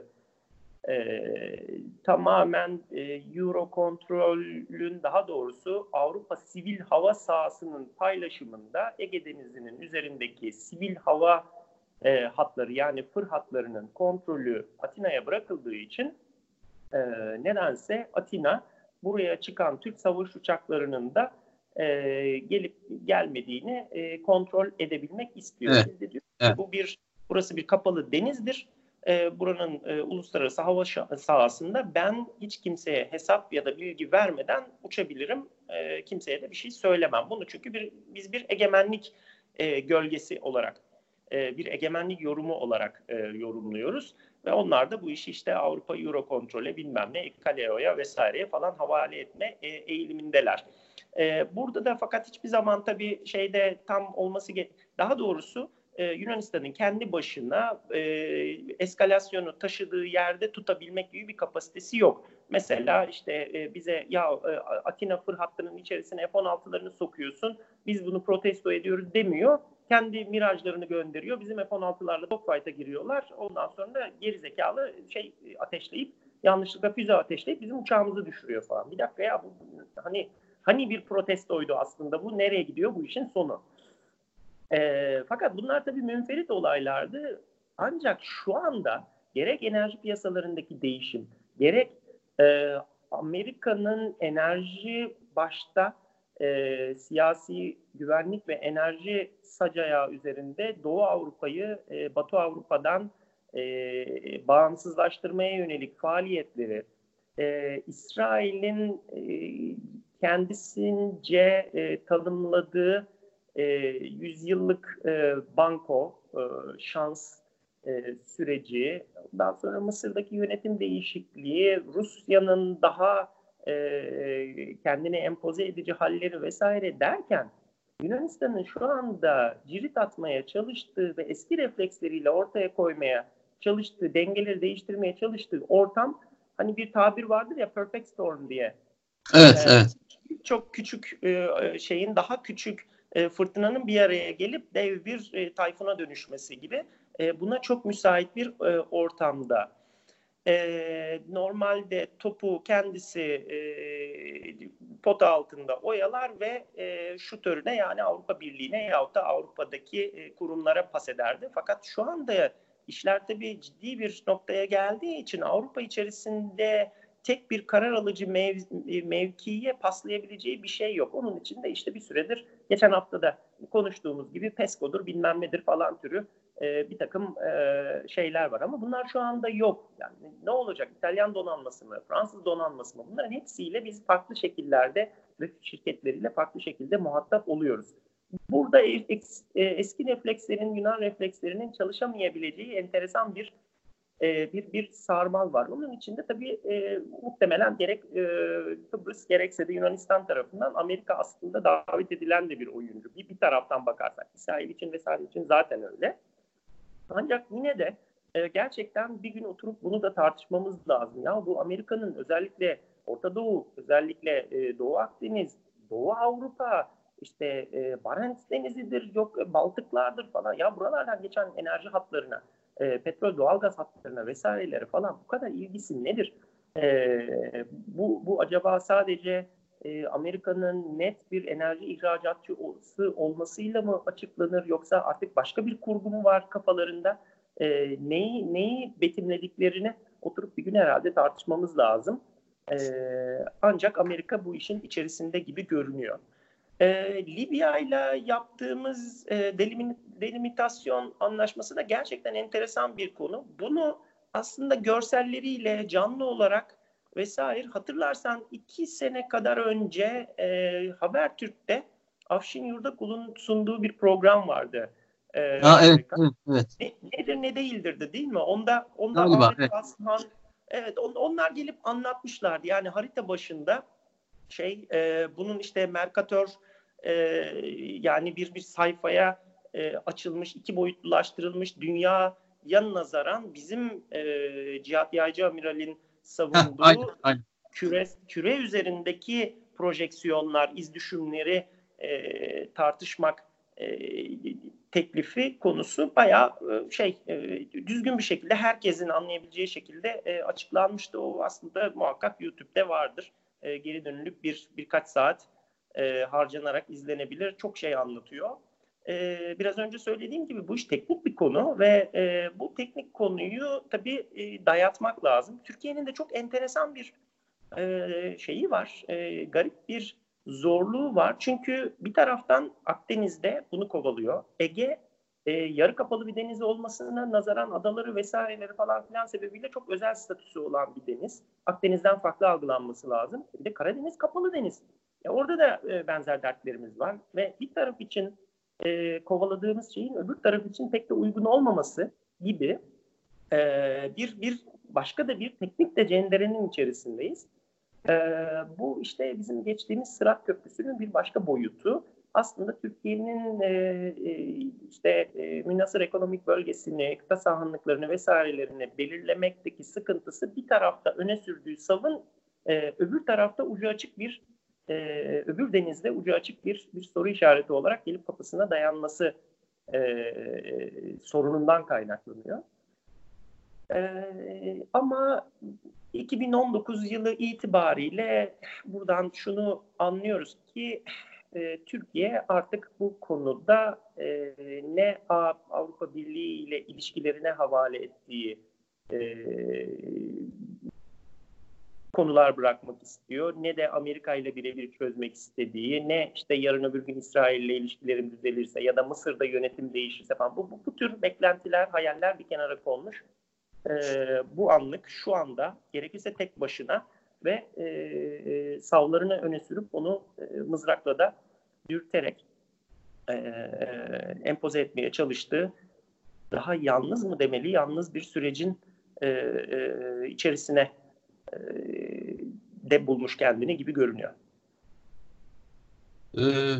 e, tamamen e, Eurocontrol'ün, daha doğrusu Avrupa Sivil Hava Sahası'nın paylaşımında Ege Denizi'nin üzerindeki sivil hava e, hatları, yani fır hatlarının kontrolü Atina'ya bırakıldığı için E, nedense Atina buraya çıkan Türk savaş uçaklarının da e, gelip gelmediğini e, kontrol edebilmek istiyor. Evet. Biz de diyoruz ki Evet. bu bir burası bir kapalı denizdir. E, buranın e, uluslararası hava sahasında ben hiç kimseye hesap ya da bilgi vermeden uçabilirim. E, kimseye de bir şey söylemem. Bunu çünkü bir, biz bir egemenlik e, gölgesi olarak, e, bir egemenlik yorumu olarak e, yorumluyoruz. Ve onlar da bu işi işte Avrupa Eurocontrol'e bilmem ne, Ikaleo'ya vesaireye falan havale etme e, eğilimindeler. E, burada da fakat hiçbir zaman tabii şeyde tam olması ge- daha doğrusu e, Yunanistan'ın kendi başına e, eskalasyonu taşıdığı yerde tutabilmek gibi bir kapasitesi yok. Mesela işte e, bize ya e, Atina Fır hattının içerisine F on altılarını sokuyorsun, biz bunu protesto ediyoruz demiyor. Kendi mirajlarını gönderiyor. Bizim F on altılarla dogfight'a giriyorlar. Ondan sonra da gerizekalı şey ateşleyip yanlışlıkla füze ateşleyip bizim uçağımızı düşürüyor falan. Bir dakika ya bu hani hani bir protestoydu aslında bu, nereye gidiyor bu işin sonu? E, fakat bunlar tabii münferit olaylardı. Ancak şu anda gerek enerji piyasalarındaki değişim, gerek e, Amerika'nın enerji başta e, siyasi güvenlik ve enerji sacayağı üzerinde Doğu Avrupa'yı e, Batı Avrupa'dan e, bağımsızlaştırmaya yönelik faaliyetleri, e, İsrail'in e, kendisince e, tanımladığı e, yüzyıllık e, banko, e, şans e, süreci, ondan sonra Mısır'daki yönetim değişikliği, Rusya'nın daha e, kendini empoze edici halleri vesaire derken Yunanistan'ın şu anda cirit atmaya çalıştığı ve eski refleksleriyle ortaya koymaya çalıştığı, dengeleri değiştirmeye çalıştığı ortam, hani bir tabir vardır ya, perfect storm diye. Evet, Ee, evet. Çok küçük e, şeyin daha küçük e, fırtınanın bir araya gelip dev bir e, tayfuna dönüşmesi gibi. E, buna çok müsait bir e, ortamda. E, normalde topu kendisi e, pota altında oyalar ve e, şutörüne, yani Avrupa Birliği'ne yahut da Avrupa'daki e, kurumlara pas ederdi. Fakat şu anda işler tabii ciddi bir noktaya geldiği için Avrupa içerisinde tek bir karar alıcı mev, mevkiye paslayabileceği bir şey yok. Onun için de işte bir süredir, geçen hafta da konuştuğumuz gibi PESCO'dur bilmem nedir falan türü e, bir takım e, şeyler var. Ama bunlar şu anda yok. Yani ne olacak? İtalyan donanması mı? Fransız donanması mı? Bunların hepsiyle biz farklı şekillerde ve şirketleriyle farklı şekilde muhatap oluyoruz. Burada eski reflekslerin, Yunan reflekslerinin çalışamayabileceği enteresan bir e, bir bir sarmal var. Onun içinde tabii e, muhtemelen gerek e, Kıbrıs gerekse de Yunanistan tarafından Amerika aslında davet edilen de bir oyuncu. Bir, bir taraftan bakarsak İsrail için vesaire için zaten öyle. Ancak yine de e, gerçekten bir gün oturup bunu da tartışmamız lazım. Ya bu Amerika'nın özellikle Orta Doğu, özellikle e, Doğu Akdeniz, Doğu Avrupa, işte e, Barents Denizi'dir, yok Baltıklardır falan. Ya buralardan geçen enerji hatlarına, e, petrol, doğalgaz hatlarına vesaireleri falan bu kadar ilgisi nedir? E, bu, bu acaba sadece e, Amerika'nın net bir enerji ihracatçısı olmasıyla mı açıklanır, yoksa artık başka bir kurgu mu var kafalarında? E, neyi neyi betimlediklerini oturup bir gün herhalde tartışmamız lazım. E, ancak Amerika bu işin içerisinde gibi görünüyor. E, Libya ile yaptığımız e, delimit, delimitasyon anlaşması da gerçekten enteresan bir konu. Bunu aslında görselleriyle canlı olarak vesaire, hatırlarsan iki sene kadar önce e, Habertürk'te Afşin Yurdakul'un sunduğu bir program vardı. E, Ha, evet, evet, evet. ne, nedir ne değildir de, değil mi? Onda onda Galiba, Ahmet evet. Aslan, evet on, onlar gelip anlatmışlardı. Yani harita başında şey e, bunun işte Mercator e, yani bir bir sayfaya e, açılmış, iki boyutlulaştırılmış dünya yan nazaran bizim e, Cihat Yaycı Amiral'in Heh, aynen, savunduğu aynen. küre, küre üzerindeki projeksiyonlar, iz düşümleri e, tartışmak e, teklifi konusu bayağı e, şey e, düzgün bir şekilde herkesin anlayabileceği şekilde e, açıklanmıştı. O aslında muhakkak YouTube'da vardır. E, geri dönülüp bir birkaç saat e, harcanarak izlenebilir. Çok şey anlatıyor. E, biraz önce söylediğim gibi bu iş teknik bir konu ve e, bu teknik konuyu tabii e, dayatmak lazım. Türkiye'nin de çok enteresan bir e, şeyi var. E, garip bir zorluğu var. Çünkü bir taraftan Akdeniz'de bunu kovalıyor. Ege e, yarı kapalı bir deniz olmasına nazaran adaları vesaireleri falan filan sebebiyle çok özel statüsü olan bir deniz. Akdeniz'den farklı algılanması lazım. Bir de Karadeniz kapalı deniz. E, orada da e, benzer dertlerimiz var. Ve bir taraf için e, kovaladığımız şeyin öbür taraf için pek de uygun olmaması gibi e, bir, bir başka da bir teknik de cenderenin içerisindeyiz. Ee, bu işte bizim geçtiğimiz Sırat Köprüsü'nün bir başka boyutu. Aslında Türkiye'nin e, e, işte e, münhasır ekonomik bölgesini, kıta sahanlıklarını vesairelerini belirlemekteki sıkıntısı bir tarafta öne sürdüğü savın e, öbür tarafta ucu açık bir e, öbür denizde ucu açık bir bir soru işareti olarak gelip kapısına dayanması e, e, sorunundan kaynaklanıyor. Ee, ama iki bin on dokuz yılı itibariyle buradan şunu anlıyoruz ki e, Türkiye artık bu konuda e, ne Avrupa Birliği ile ilişkilerine havale ettiği e, konular bırakmak istiyor, ne de Amerika ile birebir çözmek istediği, ne işte yarın öbür gün İsrail ile ilişkilerim düzelirse ya da Mısır'da yönetim değişirse falan bu, bu, bu tür beklentiler, hayaller bir kenara konmuş. Ee, bu anlık şu anda gerekirse tek başına ve e, e, savlarını öne sürüp onu e, mızrakla da dürterek e, e, empoze etmeye çalıştığı daha yalnız mı demeli, yalnız bir sürecin e, e, içerisine e, de bulmuş kendini gibi görünüyor. Ee,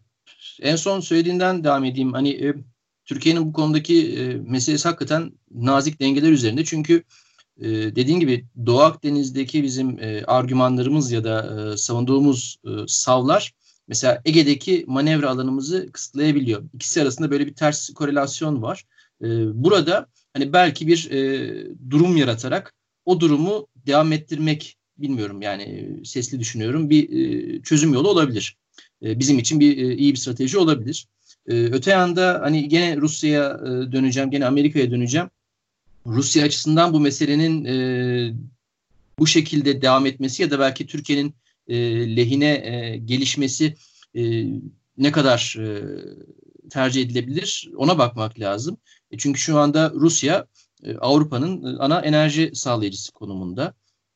en son söylediğinden devam edeyim. Hani e, Türkiye'nin bu konudaki e, meselesi hakikaten nazik dengeler üzerinde. Çünkü e, dediğin gibi Doğu Akdeniz'deki bizim e, argümanlarımız ya da e, savunduğumuz e, savlar mesela Ege'deki manevra alanımızı kısıtlayabiliyor. İkisi arasında böyle bir ters korelasyon var. E, burada hani belki bir e, durum yaratarak o durumu devam ettirmek, bilmiyorum yani sesli düşünüyorum, bir e, çözüm yolu olabilir. E, bizim için bir e, iyi bir strateji olabilir. Ee, öte yanda hani gene Rusya'ya e, döneceğim, gene Amerika'ya döneceğim. Rusya açısından bu meselenin e, bu şekilde devam etmesi ya da belki Türkiye'nin e, lehine e, gelişmesi e, ne kadar e, tercih edilebilir, ona bakmak lazım. E, çünkü şu anda Rusya e, Avrupa'nın ana enerji sağlayıcısı konumunda.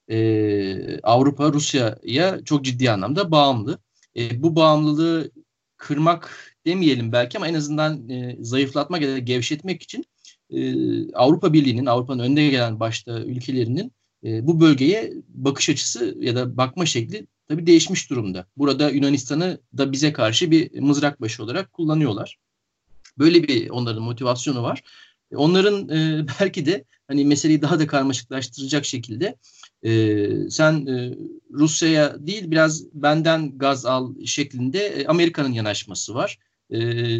E, Avrupa Rusya'ya çok ciddi anlamda bağımlı. E, bu bağımlılığı kırmak demeyelim belki ama en azından e, zayıflatmak ya da gevşetmek için e, Avrupa Birliği'nin, Avrupa'nın önde gelen başta ülkelerinin e, bu bölgeye bakış açısı ya da bakma şekli tabii değişmiş durumda. Burada Yunanistan'ı da bize karşı bir mızrak başı olarak kullanıyorlar. Böyle bir onların motivasyonu var. Onların e, belki de hani meseleyi daha da karmaşıklaştıracak şekilde e, sen e, Rusya'ya değil biraz benden gaz al şeklinde e, Amerika'nın yanaşması var. E,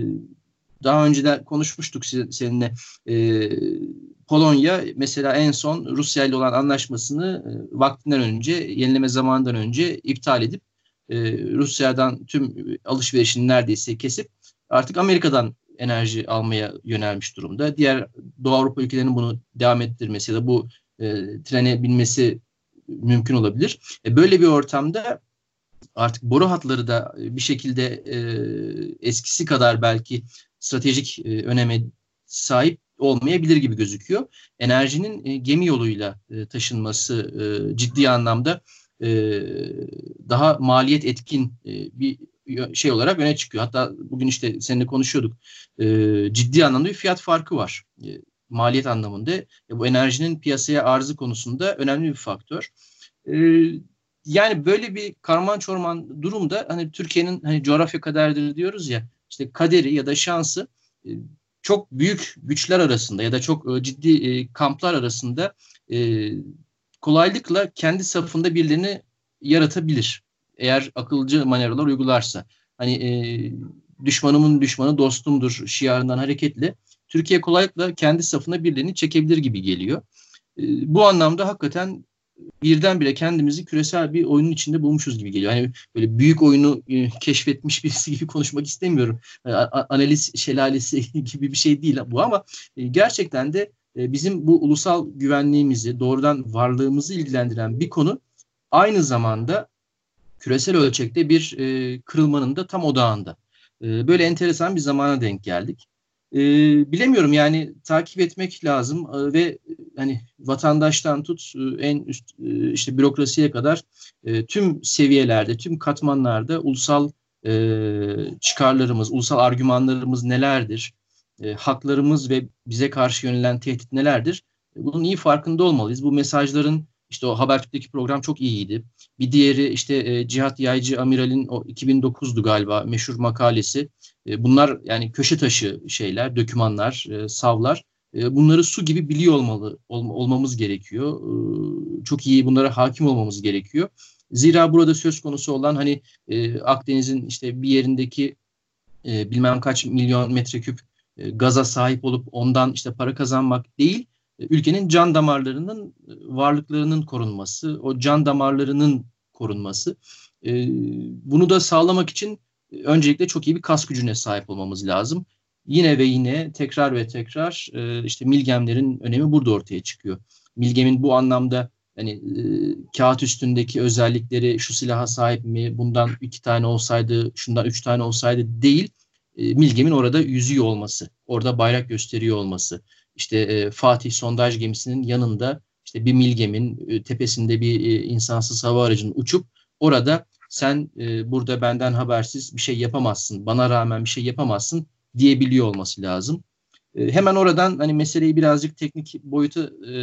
daha önce de konuşmuştuk seninle. E, Polonya mesela en son Rusya ile olan anlaşmasını e, vaktinden önce, yenileme zamanından önce iptal edip e, Rusya'dan tüm alışverişini neredeyse kesip artık Amerika'dan enerji almaya yönelmiş durumda. Diğer Doğu Avrupa ülkelerinin bunu devam ettirmesi ya da bu e, trene binmesi mümkün olabilir. E, böyle bir ortamda artık boru hatları da bir şekilde e, eskisi kadar belki stratejik e, öneme sahip olmayabilir gibi gözüküyor. Enerjinin e, gemi yoluyla e, taşınması e, ciddi anlamda e, daha maliyet etkin e, bir şey olarak öne çıkıyor. Hatta bugün işte seninle konuşuyorduk. E, ciddi anlamda bir fiyat farkı var. E, maliyet anlamında. E, bu enerjinin piyasaya arzı konusunda önemli bir faktör. E, yani böyle bir karman çorman durumda hani Türkiye'nin hani coğrafya kaderdir diyoruz ya, işte kaderi ya da şansı e, çok büyük güçler arasında ya da çok e, ciddi e, kamplar arasında e, kolaylıkla kendi safında birilerini yaratabilir. Eğer akılcı manevralar uygularsa. Hani e, düşmanımın düşmanı dostumdur şiarından hareketle Türkiye kolaylıkla kendi safına birilerini çekebilir gibi geliyor. E, bu anlamda hakikaten birdenbire kendimizi küresel bir oyunun içinde bulmuşuz gibi geliyor. Hani böyle büyük oyunu e, keşfetmiş birisi gibi konuşmak istemiyorum. E, analiz şelalesi gibi bir şey değil bu ama e, gerçekten de e, bizim bu ulusal güvenliğimizi, doğrudan varlığımızı ilgilendiren bir konu. Aynı zamanda küresel ölçekte bir e, kırılmanın da tam odağında. E, böyle enteresan bir zamana denk geldik. E, bilemiyorum yani takip etmek lazım e, ve hani vatandaştan tut e, en üst e, işte bürokrasiye kadar e, tüm seviyelerde, tüm katmanlarda ulusal e, çıkarlarımız, ulusal argümanlarımız nelerdir? E, haklarımız ve bize karşı yönelen tehdit nelerdir? E, bunun iyi farkında olmalıyız. Bu mesajların işte o Habertürk'teki program çok iyiydi. Bir diğeri işte e, Cihat Yaycı Amiral'in o iki bin dokuzdu galiba meşhur makalesi. E, bunlar yani köşe taşı şeyler, dokümanlar, e, savlar. E, bunları su gibi biliyor olmalı ol, olmamız gerekiyor. E, çok iyi bunlara hakim olmamız gerekiyor. Zira burada söz konusu olan hani e, Akdeniz'in işte bir yerindeki e, bilmem kaç milyon metreküp e, gaza sahip olup ondan işte para kazanmak değil, e, ülkenin can damarlarının e, varlıklarının korunması, o can damarlarının korunması. E, bunu da sağlamak için e, öncelikle çok iyi bir kas gücüne sahip olmamız lazım. Yine ve yine tekrar ve tekrar e, işte Milgemlerin önemi burada ortaya çıkıyor. Milgem'in bu anlamda hani e, kağıt üstündeki özellikleri şu silaha sahip mi, bundan iki tane olsaydı, şundan üç tane olsaydı değil, e, Milgem'in orada yüzüyor olması, orada bayrak gösteriyor olması, işte e, Fatih sondaj gemisinin yanında işte bir Milgem'in e, tepesinde bir e, insansız hava aracının uçup orada sen e, burada benden habersiz bir şey yapamazsın, bana rağmen bir şey yapamazsın diyebiliyor olması lazım. E, hemen oradan hani meseleyi birazcık teknik boyuta e,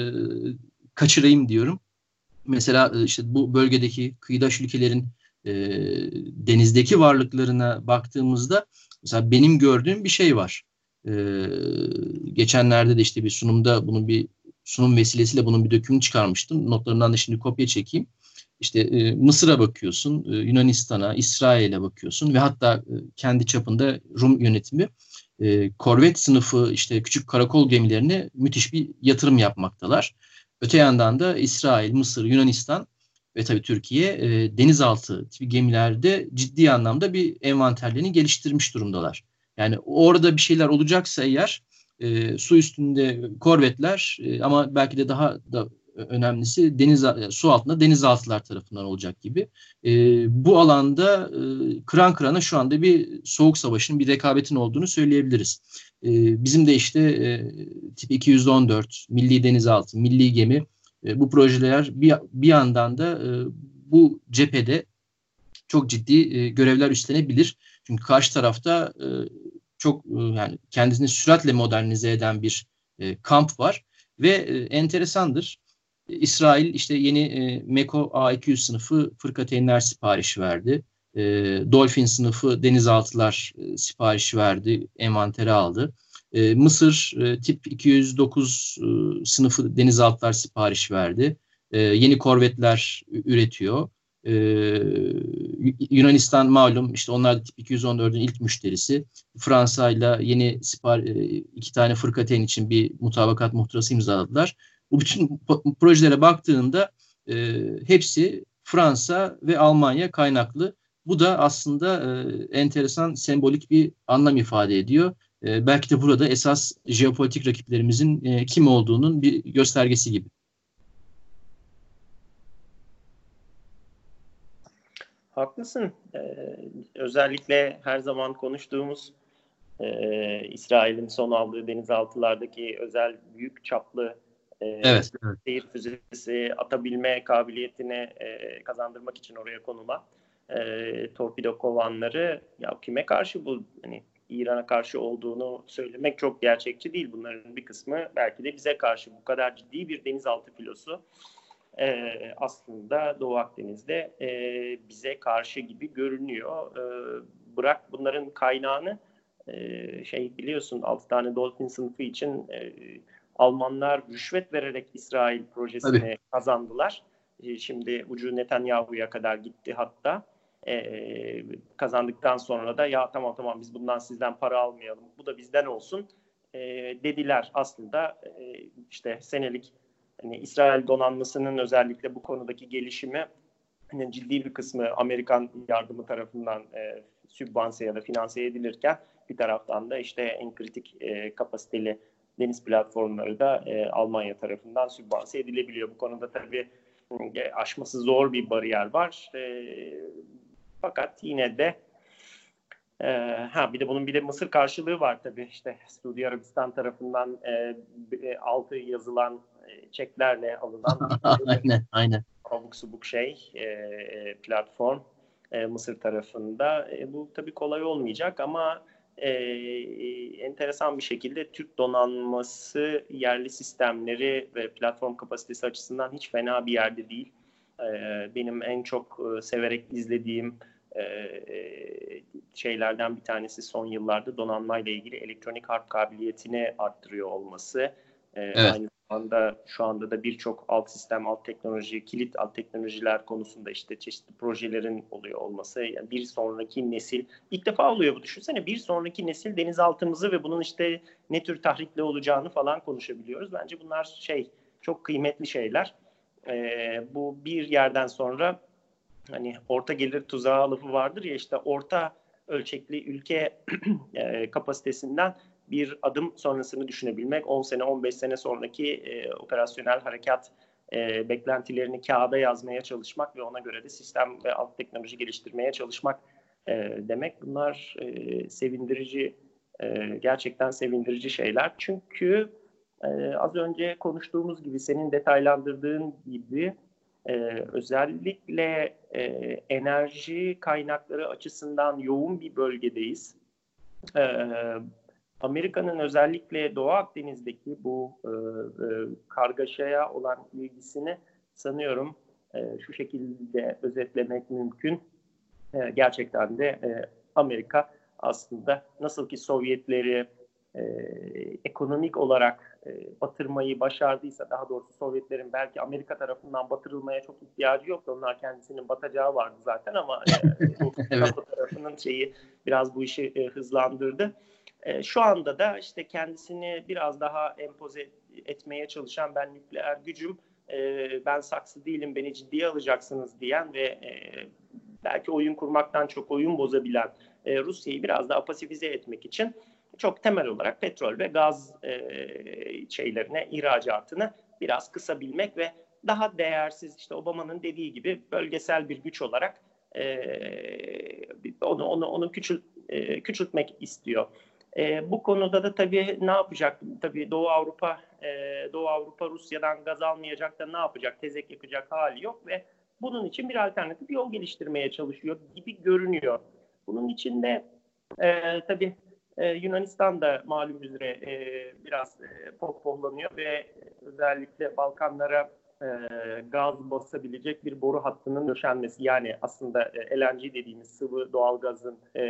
kaçırayım diyorum. Mesela e, işte bu bölgedeki kıyıdaş ülkelerin e, denizdeki varlıklarına baktığımızda mesela benim gördüğüm bir şey var. E, geçenlerde de işte bir sunumda bunun bir sunum vesilesiyle bunun bir dökümünü çıkarmıştım. Notlarından da şimdi kopya çekeyim. İşte e, Mısır'a bakıyorsun, e, Yunanistan'a, İsrail'e bakıyorsun ve hatta e, kendi çapında Rum yönetimi e, korvet sınıfı işte küçük karakol gemilerine müthiş bir yatırım yapmaktalar. Öte yandan da İsrail, Mısır, Yunanistan ve tabii Türkiye e, denizaltı tipi gemilerde ciddi anlamda bir envanterlerini geliştirmiş durumdalar. Yani orada bir şeyler olacaksa eğer e, su üstünde korvetler e, ama belki de daha da önemlisi deniz su altında denizaltılar tarafından olacak gibi. E, bu alanda e, kıran kırana şu anda bir soğuk savaşın, bir rekabetin olduğunu söyleyebiliriz. E, bizim de işte e, tip iki yüz on dört, milli denizaltı, milli gemi e, bu projeler bir, bir yandan da e, bu cephede çok ciddi e, görevler üstlenebilir. Çünkü karşı tarafta e, çok e, yani kendisini süratle modernize eden bir e, kamp var ve e, enteresandır. E, İsrail işte yeni e, Meko A iki yüz sınıfı fırkateynler siparişi verdi. E, Dolphin sınıfı denizaltılar e, siparişi verdi, envantere aldı. E, Mısır e, tip iki yüz dokuz e, sınıfı denizaltılar sipariş verdi. E, yeni korvetler üretiyor. Ee, Yunanistan malum işte onlar da tip iki yüz on dördün ilk müşterisi. Fransa ile yeni sipar iki tane fırkateyn için bir mutabakat muhtırası imzaladılar. Bu bütün projelere baktığında e, hepsi Fransa ve Almanya kaynaklı. Bu da aslında e, enteresan sembolik bir anlam ifade ediyor. E, belki de burada esas jeopolitik rakiplerimizin e, kim olduğunun bir göstergesi gibi. Haklısın. Ee, özellikle her zaman konuştuğumuz e, İsrail'in son aldığı denizaltılardaki özel büyük çaplı e, Evet, evet. seyir füzesi atabilme kabiliyetini e, kazandırmak için oraya konulan e, torpido kovanları ya kime karşı bu hani İran'a karşı olduğunu söylemek çok gerçekçi değil. Bunların bir kısmı belki de bize karşı bu kadar ciddi bir denizaltı filosu e, aslında Doğu Akdeniz'de e, bize karşı gibi görünüyor. E, bırak bunların kaynağını e, şey biliyorsun altı tane Dolphin sınıfı için e, Almanlar rüşvet vererek İsrail projesini Tabii. kazandılar. E, şimdi ucu Netanyahu'ya kadar gitti hatta. E, kazandıktan sonra da ya tamam tamam biz bundan sizden para almayalım. Bu da bizden olsun e, dediler. Aslında e, işte senelik hani İsrail donanmasının özellikle bu konudaki gelişimi hani ciddi bir kısmı Amerikan yardımı tarafından e, sübvanse ya da finanse edilirken bir taraftan da işte en kritik e, kapasiteli deniz platformları da e, Almanya tarafından sübvanse edilebiliyor. Bu konuda tabii aşması zor bir bariyer var. E, fakat yine de e, ha bir de bunun bir de Mısır karşılığı var tabii. İşte Suudi Arabistan tarafından e, altı yazılan e, çeklerle alınan aynen, aynen. abuk subuk şey e, platform e, Mısır tarafında. E, bu tabii kolay olmayacak ama e, enteresan bir şekilde Türk donanması yerli sistemleri ve platform kapasitesi açısından hiç fena bir yerde değil. E, benim en çok e, severek izlediğim e, şeylerden bir tanesi son yıllarda donanmayla ilgili elektronik harp kabiliyetini arttırıyor olması. E, Evet. Aynı anda şu anda da birçok alt sistem, alt teknoloji, kilit alt teknolojiler konusunda işte çeşitli projelerin oluyor olması. Yani bir sonraki nesil, ilk defa oluyor bu, düşünsene, bir sonraki nesil denizaltımızı ve bunun işte ne tür tahrikle olacağını falan konuşabiliyoruz. Bence bunlar şey çok kıymetli şeyler. Ee, bu bir yerden sonra hani orta gelir tuzağı lafı vardır ya, işte orta ölçekli ülke e, kapasitesinden bir adım sonrasını düşünebilmek, on sene on beş sene sonraki e, operasyonel harekat e, beklentilerini kağıda yazmaya çalışmak ve ona göre de sistem ve alt teknoloji geliştirmeye çalışmak e, demek. Bunlar e, sevindirici, e, gerçekten sevindirici şeyler. Çünkü e, az önce konuştuğumuz gibi, senin detaylandırdığın gibi e, özellikle e, enerji kaynakları açısından yoğun bir bölgedeyiz. Ee, Amerika'nın özellikle Doğu Akdeniz'deki bu e, e, kargaşaya olan ilgisini sanıyorum e, şu şekilde özetlemek mümkün. E, gerçekten de e, Amerika aslında nasıl ki Sovyetleri e, ekonomik olarak e, batırmayı başardıysa, daha doğrusu Sovyetlerin belki Amerika tarafından batırılmaya çok ihtiyacı yoktu. Onlar kendisinin batacağı vardı zaten ama e, bu Evet. NATO tarafının şeyi biraz bu işi e, hızlandırdı. E, şu anda da işte kendisini biraz daha empoze etmeye çalışan, ben nükleer gücüm, e, ben saksı değilim, beni ciddiye alacaksınız diyen ve e, belki oyun kurmaktan çok oyun bozabilen e, Rusya'yı biraz daha pasifize etmek için çok temel olarak petrol ve gaz e, şeylerine, ihracatını biraz kısabilmek ve daha değersiz, işte Obama'nın dediği gibi bölgesel bir güç olarak e, onu onu onu küçült, e, küçültmek istiyor. E, bu konuda da tabii ne yapacak? Tabii Doğu Avrupa e, Doğu Avrupa Rusya'dan gaz almayacak da ne yapacak? Tezek yakacak hali yok ve bunun için bir alternatif yol geliştirmeye çalışıyor gibi görünüyor. Bunun için de e, tabii e, Yunanistan da malum üzere e, biraz e, pohpohlanıyor ve özellikle Balkanlara e, gaz basabilecek bir boru hattının döşenmesi, yani aslında e, L N G dediğimiz sıvı doğalgazın e,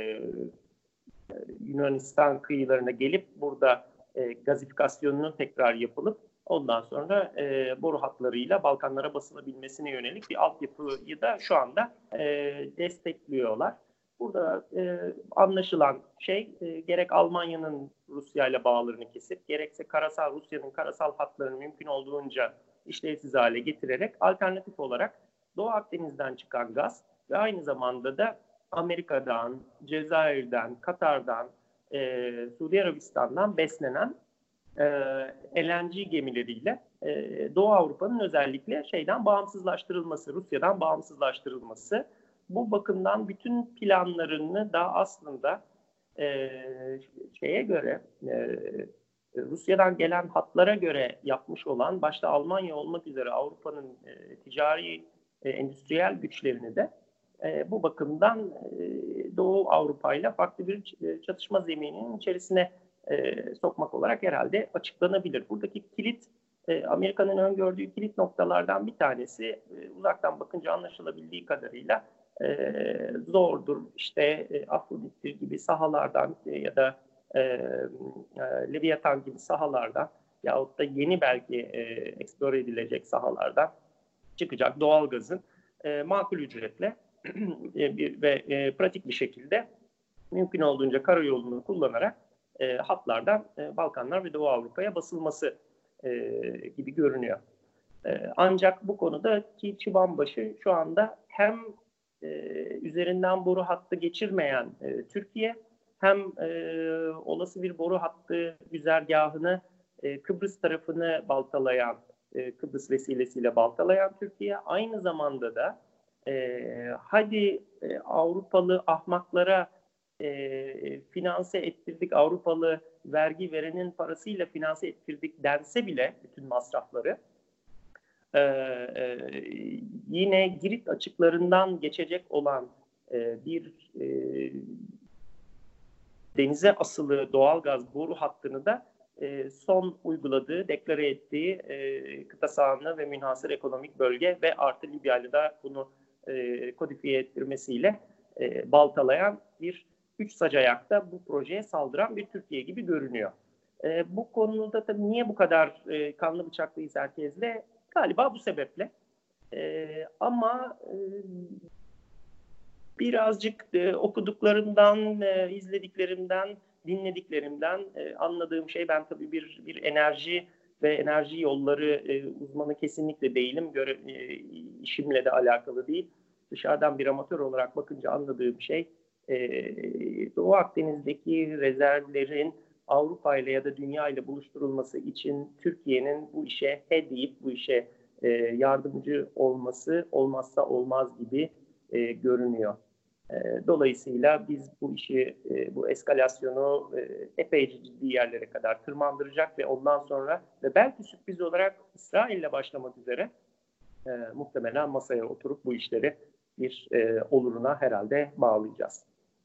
Yunanistan kıyılarına gelip burada e, gazifikasyonunun tekrar yapılıp ondan sonra e, boru hatlarıyla Balkanlara basılabilmesine yönelik bir altyapıyı da şu anda e, destekliyorlar. Burada e, anlaşılan şey e, gerek Almanya'nın Rusya ile bağlarını kesip, gerekse karasal Rusya'nın karasal hatlarını mümkün olduğunca işlevsiz hale getirerek alternatif olarak Doğu Akdeniz'den çıkan gaz ve aynı zamanda da Amerika'dan, Cezayir'den, Katar'dan, e, Suudi Arabistan'dan beslenen e, L N G gemileriyle e, Doğu Avrupa'nın özellikle şeyden bağımsızlaştırılması, Rusya'dan bağımsızlaştırılması. Bu bakımdan bütün planlarını da aslında e, şeye göre, e, Rusya'dan gelen hatlara göre yapmış olan, başta Almanya olmak üzere Avrupa'nın e, ticari, e, endüstriyel güçlerini de e, bu bakımdan e, Doğu Avrupa ile farklı bir çatışma zemininin içerisine e, sokmak olarak herhalde açıklanabilir. Buradaki kilit, e, Amerika'nın öngördüğü kilit noktalardan bir tanesi, e, uzaktan bakınca anlaşılabildiği kadarıyla e, zordur. İşte e, Afrodit'tir gibi sahalardan e, ya da e, e, Leviathan gibi sahalardan yahut da yeni belki e, eksplore edilecek sahalardan çıkacak doğalgazın e, makul ücretle ve e, pratik bir şekilde mümkün olduğunca karayolunu kullanarak e, hatlardan e, Balkanlar ve Doğu Avrupa'ya basılması e, gibi görünüyor. E, ancak bu konuda ki Çıbanbaşı şu anda hem e, üzerinden boru hattı geçirmeyen e, Türkiye, hem e, olası bir boru hattı güzergahını e, Kıbrıs tarafını baltalayan e, Kıbrıs vesilesiyle baltalayan Türkiye, aynı zamanda da e, hadi e, Avrupalı ahmaklara e, finanse ettirdik, Avrupalı vergi verenin parasıyla finanse ettirdik dense bile bütün masrafları, e, e, yine Girit açıklarından geçecek olan e, bir e, denize asılı doğalgaz boru hattını da e, son uyguladığı, deklare ettiği e, kıta sahanlığı ve münhasır ekonomik bölge ve artı Libya'yla da bunu e, kodifiye ettirmesiyle e, baltalayan bir üç sac ayakta bu projeye saldıran bir Türkiye gibi görünüyor. E, bu konuda tabii niye bu kadar e, kanlı bıçaklıyız herkesle? Galiba bu sebeple. E, ama e, birazcık e, okuduklarımdan, e, izlediklerimden, dinlediklerimden e, anladığım şey, ben tabii bir bir enerji ve enerji yolları e, uzmanı kesinlikle değilim. Göre, e, işimle de alakalı değil. Dışarıdan bir amatör olarak bakınca anladığım şey, e, Doğu Akdeniz'deki rezervlerin Avrupa ile ya da dünya ile buluşturulması için Türkiye'nin bu işe he deyip bu işe e, yardımcı olması olmazsa olmaz gibi e, görünüyor. Dolayısıyla biz bu işi, bu eskalasyonu epeyce ciddi yerlere kadar tırmandıracak ve ondan sonra ve belki sürpriz olarak İsrail'le başlamak üzere muhtemelen masaya oturup bu işleri bir oluruna herhalde bağlayacağız.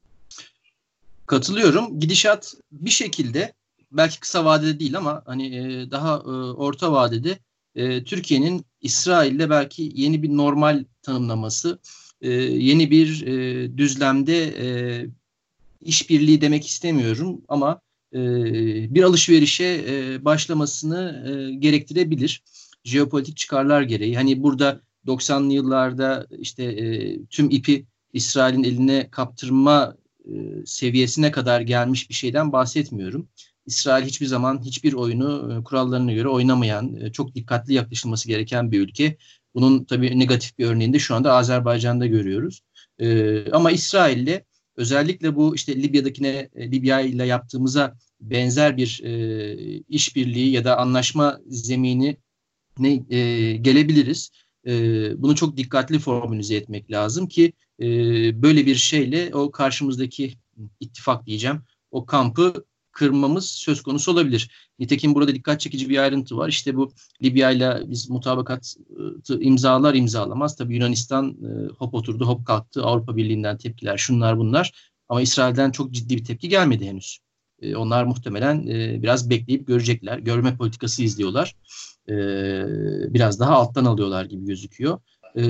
Katılıyorum. Gidişat bir şekilde, belki kısa vadede değil ama hani daha orta vadede Türkiye'nin İsrail'le belki yeni bir normal tanımlaması, Ee, yeni bir e, düzlemde e, işbirliği demek istemiyorum ama e, bir alışverişe e, başlamasını e, gerektirebilir. Jeopolitik çıkarlar gereği. Hani burada doksanlı yıllarda işte e, tüm ipi İsrail'in eline kaptırma e, seviyesine kadar gelmiş bir şeyden bahsetmiyorum. İsrail hiçbir zaman hiçbir oyunu e, kurallarına göre oynamayan, e, çok dikkatli yaklaşılması gereken bir ülke. Bunun tabii negatif bir örneğini de şu anda Azerbaycan'da görüyoruz. Ee, ama İsrail'le özellikle bu işte Libya'dakine, Libya ile yaptığımıza benzer bir e, işbirliği ya da anlaşma zeminine e, gelebiliriz. E, bunu çok dikkatli formülize etmek lazım ki e, böyle bir şeyle o karşımızdaki ittifak diyeceğim, o kampı kırmamız söz konusu olabilir. Nitekim burada dikkat çekici bir ayrıntı var. İşte bu Libya'yla biz mutabakatı imzalar imzalamaz. Tabii Yunanistan e, hop oturdu hop kalktı. Avrupa Birliği'nden tepkiler, şunlar bunlar. Ama İsrail'den çok ciddi bir tepki gelmedi henüz. E, onlar muhtemelen e, biraz bekleyip görecekler. Görme politikası izliyorlar. E, biraz daha alttan alıyorlar gibi gözüküyor. Ee,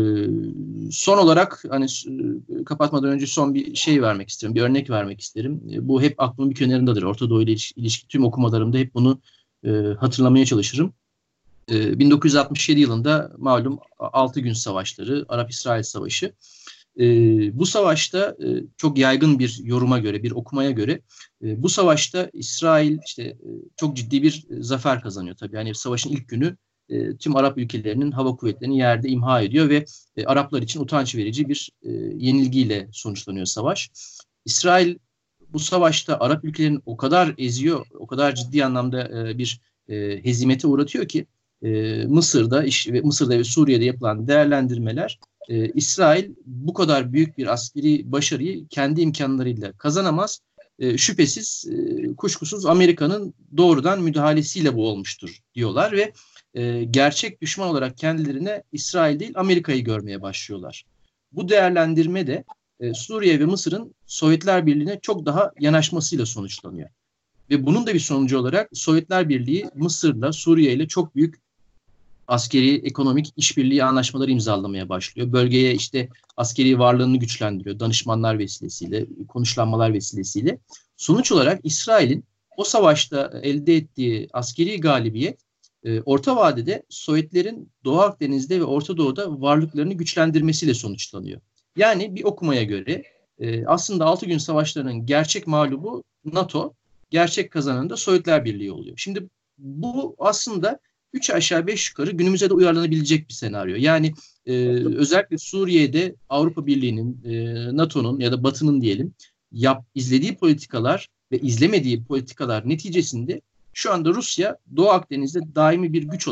son olarak hani e, kapatmadan önce son bir şey vermek isterim, bir örnek vermek isterim. E, bu hep aklımın bir kenarındadır. Orta Doğu ile ilişki, ilişki tüm okumalarımda hep bunu e, hatırlamaya çalışırım. E, bin dokuz yüz altmış yedi yılında malum altı gün savaşları, Arap-İsrail Savaşı. E, bu savaşta e, çok yaygın bir yoruma göre, bir okumaya göre e, bu savaşta İsrail işte e, çok ciddi bir e, zafer kazanıyor tabii. Yani savaşın ilk günü e, tüm Arap ülkelerinin hava kuvvetlerini yerde imha ediyor ve e, Araplar için utanç verici bir e, yenilgiyle sonuçlanıyor savaş. İsrail bu savaşta Arap ülkelerini o kadar eziyor, o kadar ciddi anlamda e, bir e, hezimete uğratıyor ki e, Mısır'da iş, ve Mısır'da ve Suriye'de yapılan değerlendirmeler, e, İsrail bu kadar büyük bir askeri başarıyı kendi imkanlarıyla kazanamaz. E, şüphesiz, e, kuşkusuz Amerika'nın doğrudan müdahalesiyle bu olmuştur diyorlar ve e, gerçek düşman olarak kendilerine İsrail değil Amerika'yı görmeye başlıyorlar. Bu değerlendirme de e, Suriye ve Mısır'ın Sovyetler Birliği'ne çok daha yanaşmasıyla sonuçlanıyor. Ve bunun da bir sonucu olarak Sovyetler Birliği Mısır'la, Suriye ile çok büyük askeri, ekonomik işbirliği anlaşmaları imzalamaya başlıyor. Bölgeye işte askeri varlığını güçlendiriyor. Danışmanlar vesilesiyle, konuşlanmalar vesilesiyle. Sonuç olarak İsrail'in o savaşta elde ettiği askeri galibiyet e, orta vadede Sovyetlerin Doğu Akdeniz'de ve Orta Doğu'da varlıklarını güçlendirmesiyle sonuçlanıyor. Yani bir okumaya göre e, aslında altı gün savaşlarının gerçek mağlubu NATO, gerçek kazananı da Sovyetler Birliği oluyor. Şimdi bu aslında üç aşağı beş yukarı günümüze de uyarlanabilecek bir senaryo. Yani e, özellikle Suriye'de Avrupa Birliği'nin, e, NATO'nun ya da Batı'nın diyelim yap, izlediği politikalar ve izlemediği politikalar neticesinde şu anda Rusya Doğu Akdeniz'de daimi bir güç olarak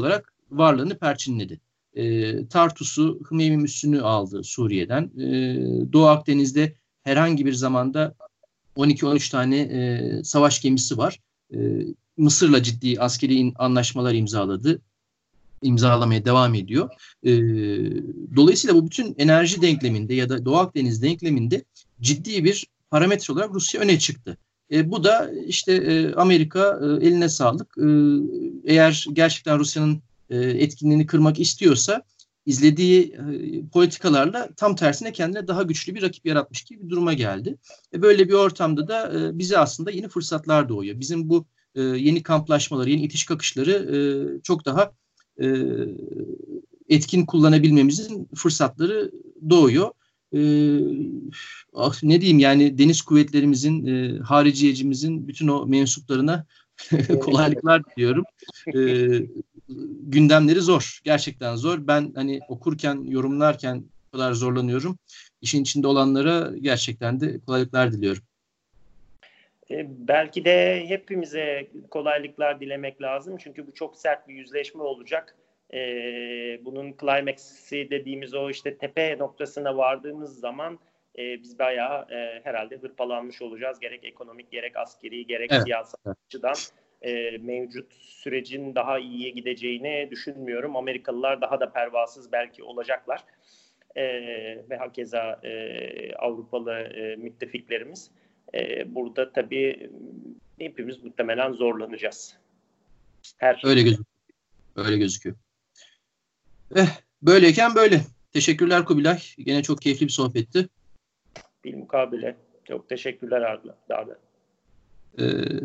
varlığını perçinledi. E, Tartus'u, Hımeymi Müslü'nü aldı Suriye'den. E, Doğu Akdeniz'de herhangi bir zamanda on iki on üç tane e, savaş gemisi var. E, Mısır'la ciddi askeri anlaşmalar imzaladı. İmzalamaya devam ediyor. E, dolayısıyla bu bütün enerji denkleminde ya da Doğu Akdeniz denkleminde ciddi bir parametre olarak Rusya öne çıktı. E, bu da işte e, Amerika e, eline sağlık. E, eğer gerçekten Rusya'nın e, etkinliğini kırmak istiyorsa izlediği e, politikalarla tam tersine kendine daha güçlü bir rakip yaratmış gibi bir duruma geldi. E, böyle bir ortamda da e, bize aslında yeni fırsatlar doğuyor. Bizim bu e, yeni kamplaşmaları, yeni itiş kakışları e, çok daha e, etkin kullanabilmemizin fırsatları doğuyor. E, ah, ne diyeyim yani deniz kuvvetlerimizin, e, hariciyecimizin bütün o mensuplarına kolaylıklar diliyorum. E, gündemleri zor. Gerçekten zor. Ben hani okurken, yorumlarken o kadar zorlanıyorum. İşin içinde olanlara gerçekten de kolaylıklar diliyorum. E, belki de hepimize kolaylıklar dilemek lazım. Çünkü bu çok sert bir yüzleşme olacak. E, bunun climax'i dediğimiz o işte tepe noktasına vardığımız zaman e, biz bayağı e, herhalde hırpalanmış olacağız. Gerek ekonomik, gerek askeri, gerek Evet. siyasal açıdan. E, mevcut sürecin daha iyiye gideceğini düşünmüyorum. Amerikalılar daha da pervasız belki olacaklar. E, ve hakeza e, Avrupalı e, müttefiklerimiz. E, burada tabii hepimiz muhtemelen zorlanacağız. Her şey. Öyle gözüküyor. Öyle gözüküyor. Eh, böyleyken böyle. Teşekkürler Kubilay. Gene çok keyifli bir sohbetti. Bilmukabele. Çok teşekkürler Arda. Arda. Ee,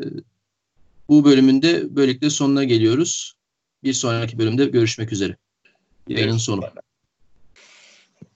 bu bölümünde böylelikle sonuna geliyoruz. Bir sonraki bölümde görüşmek üzere. Yayının sonu.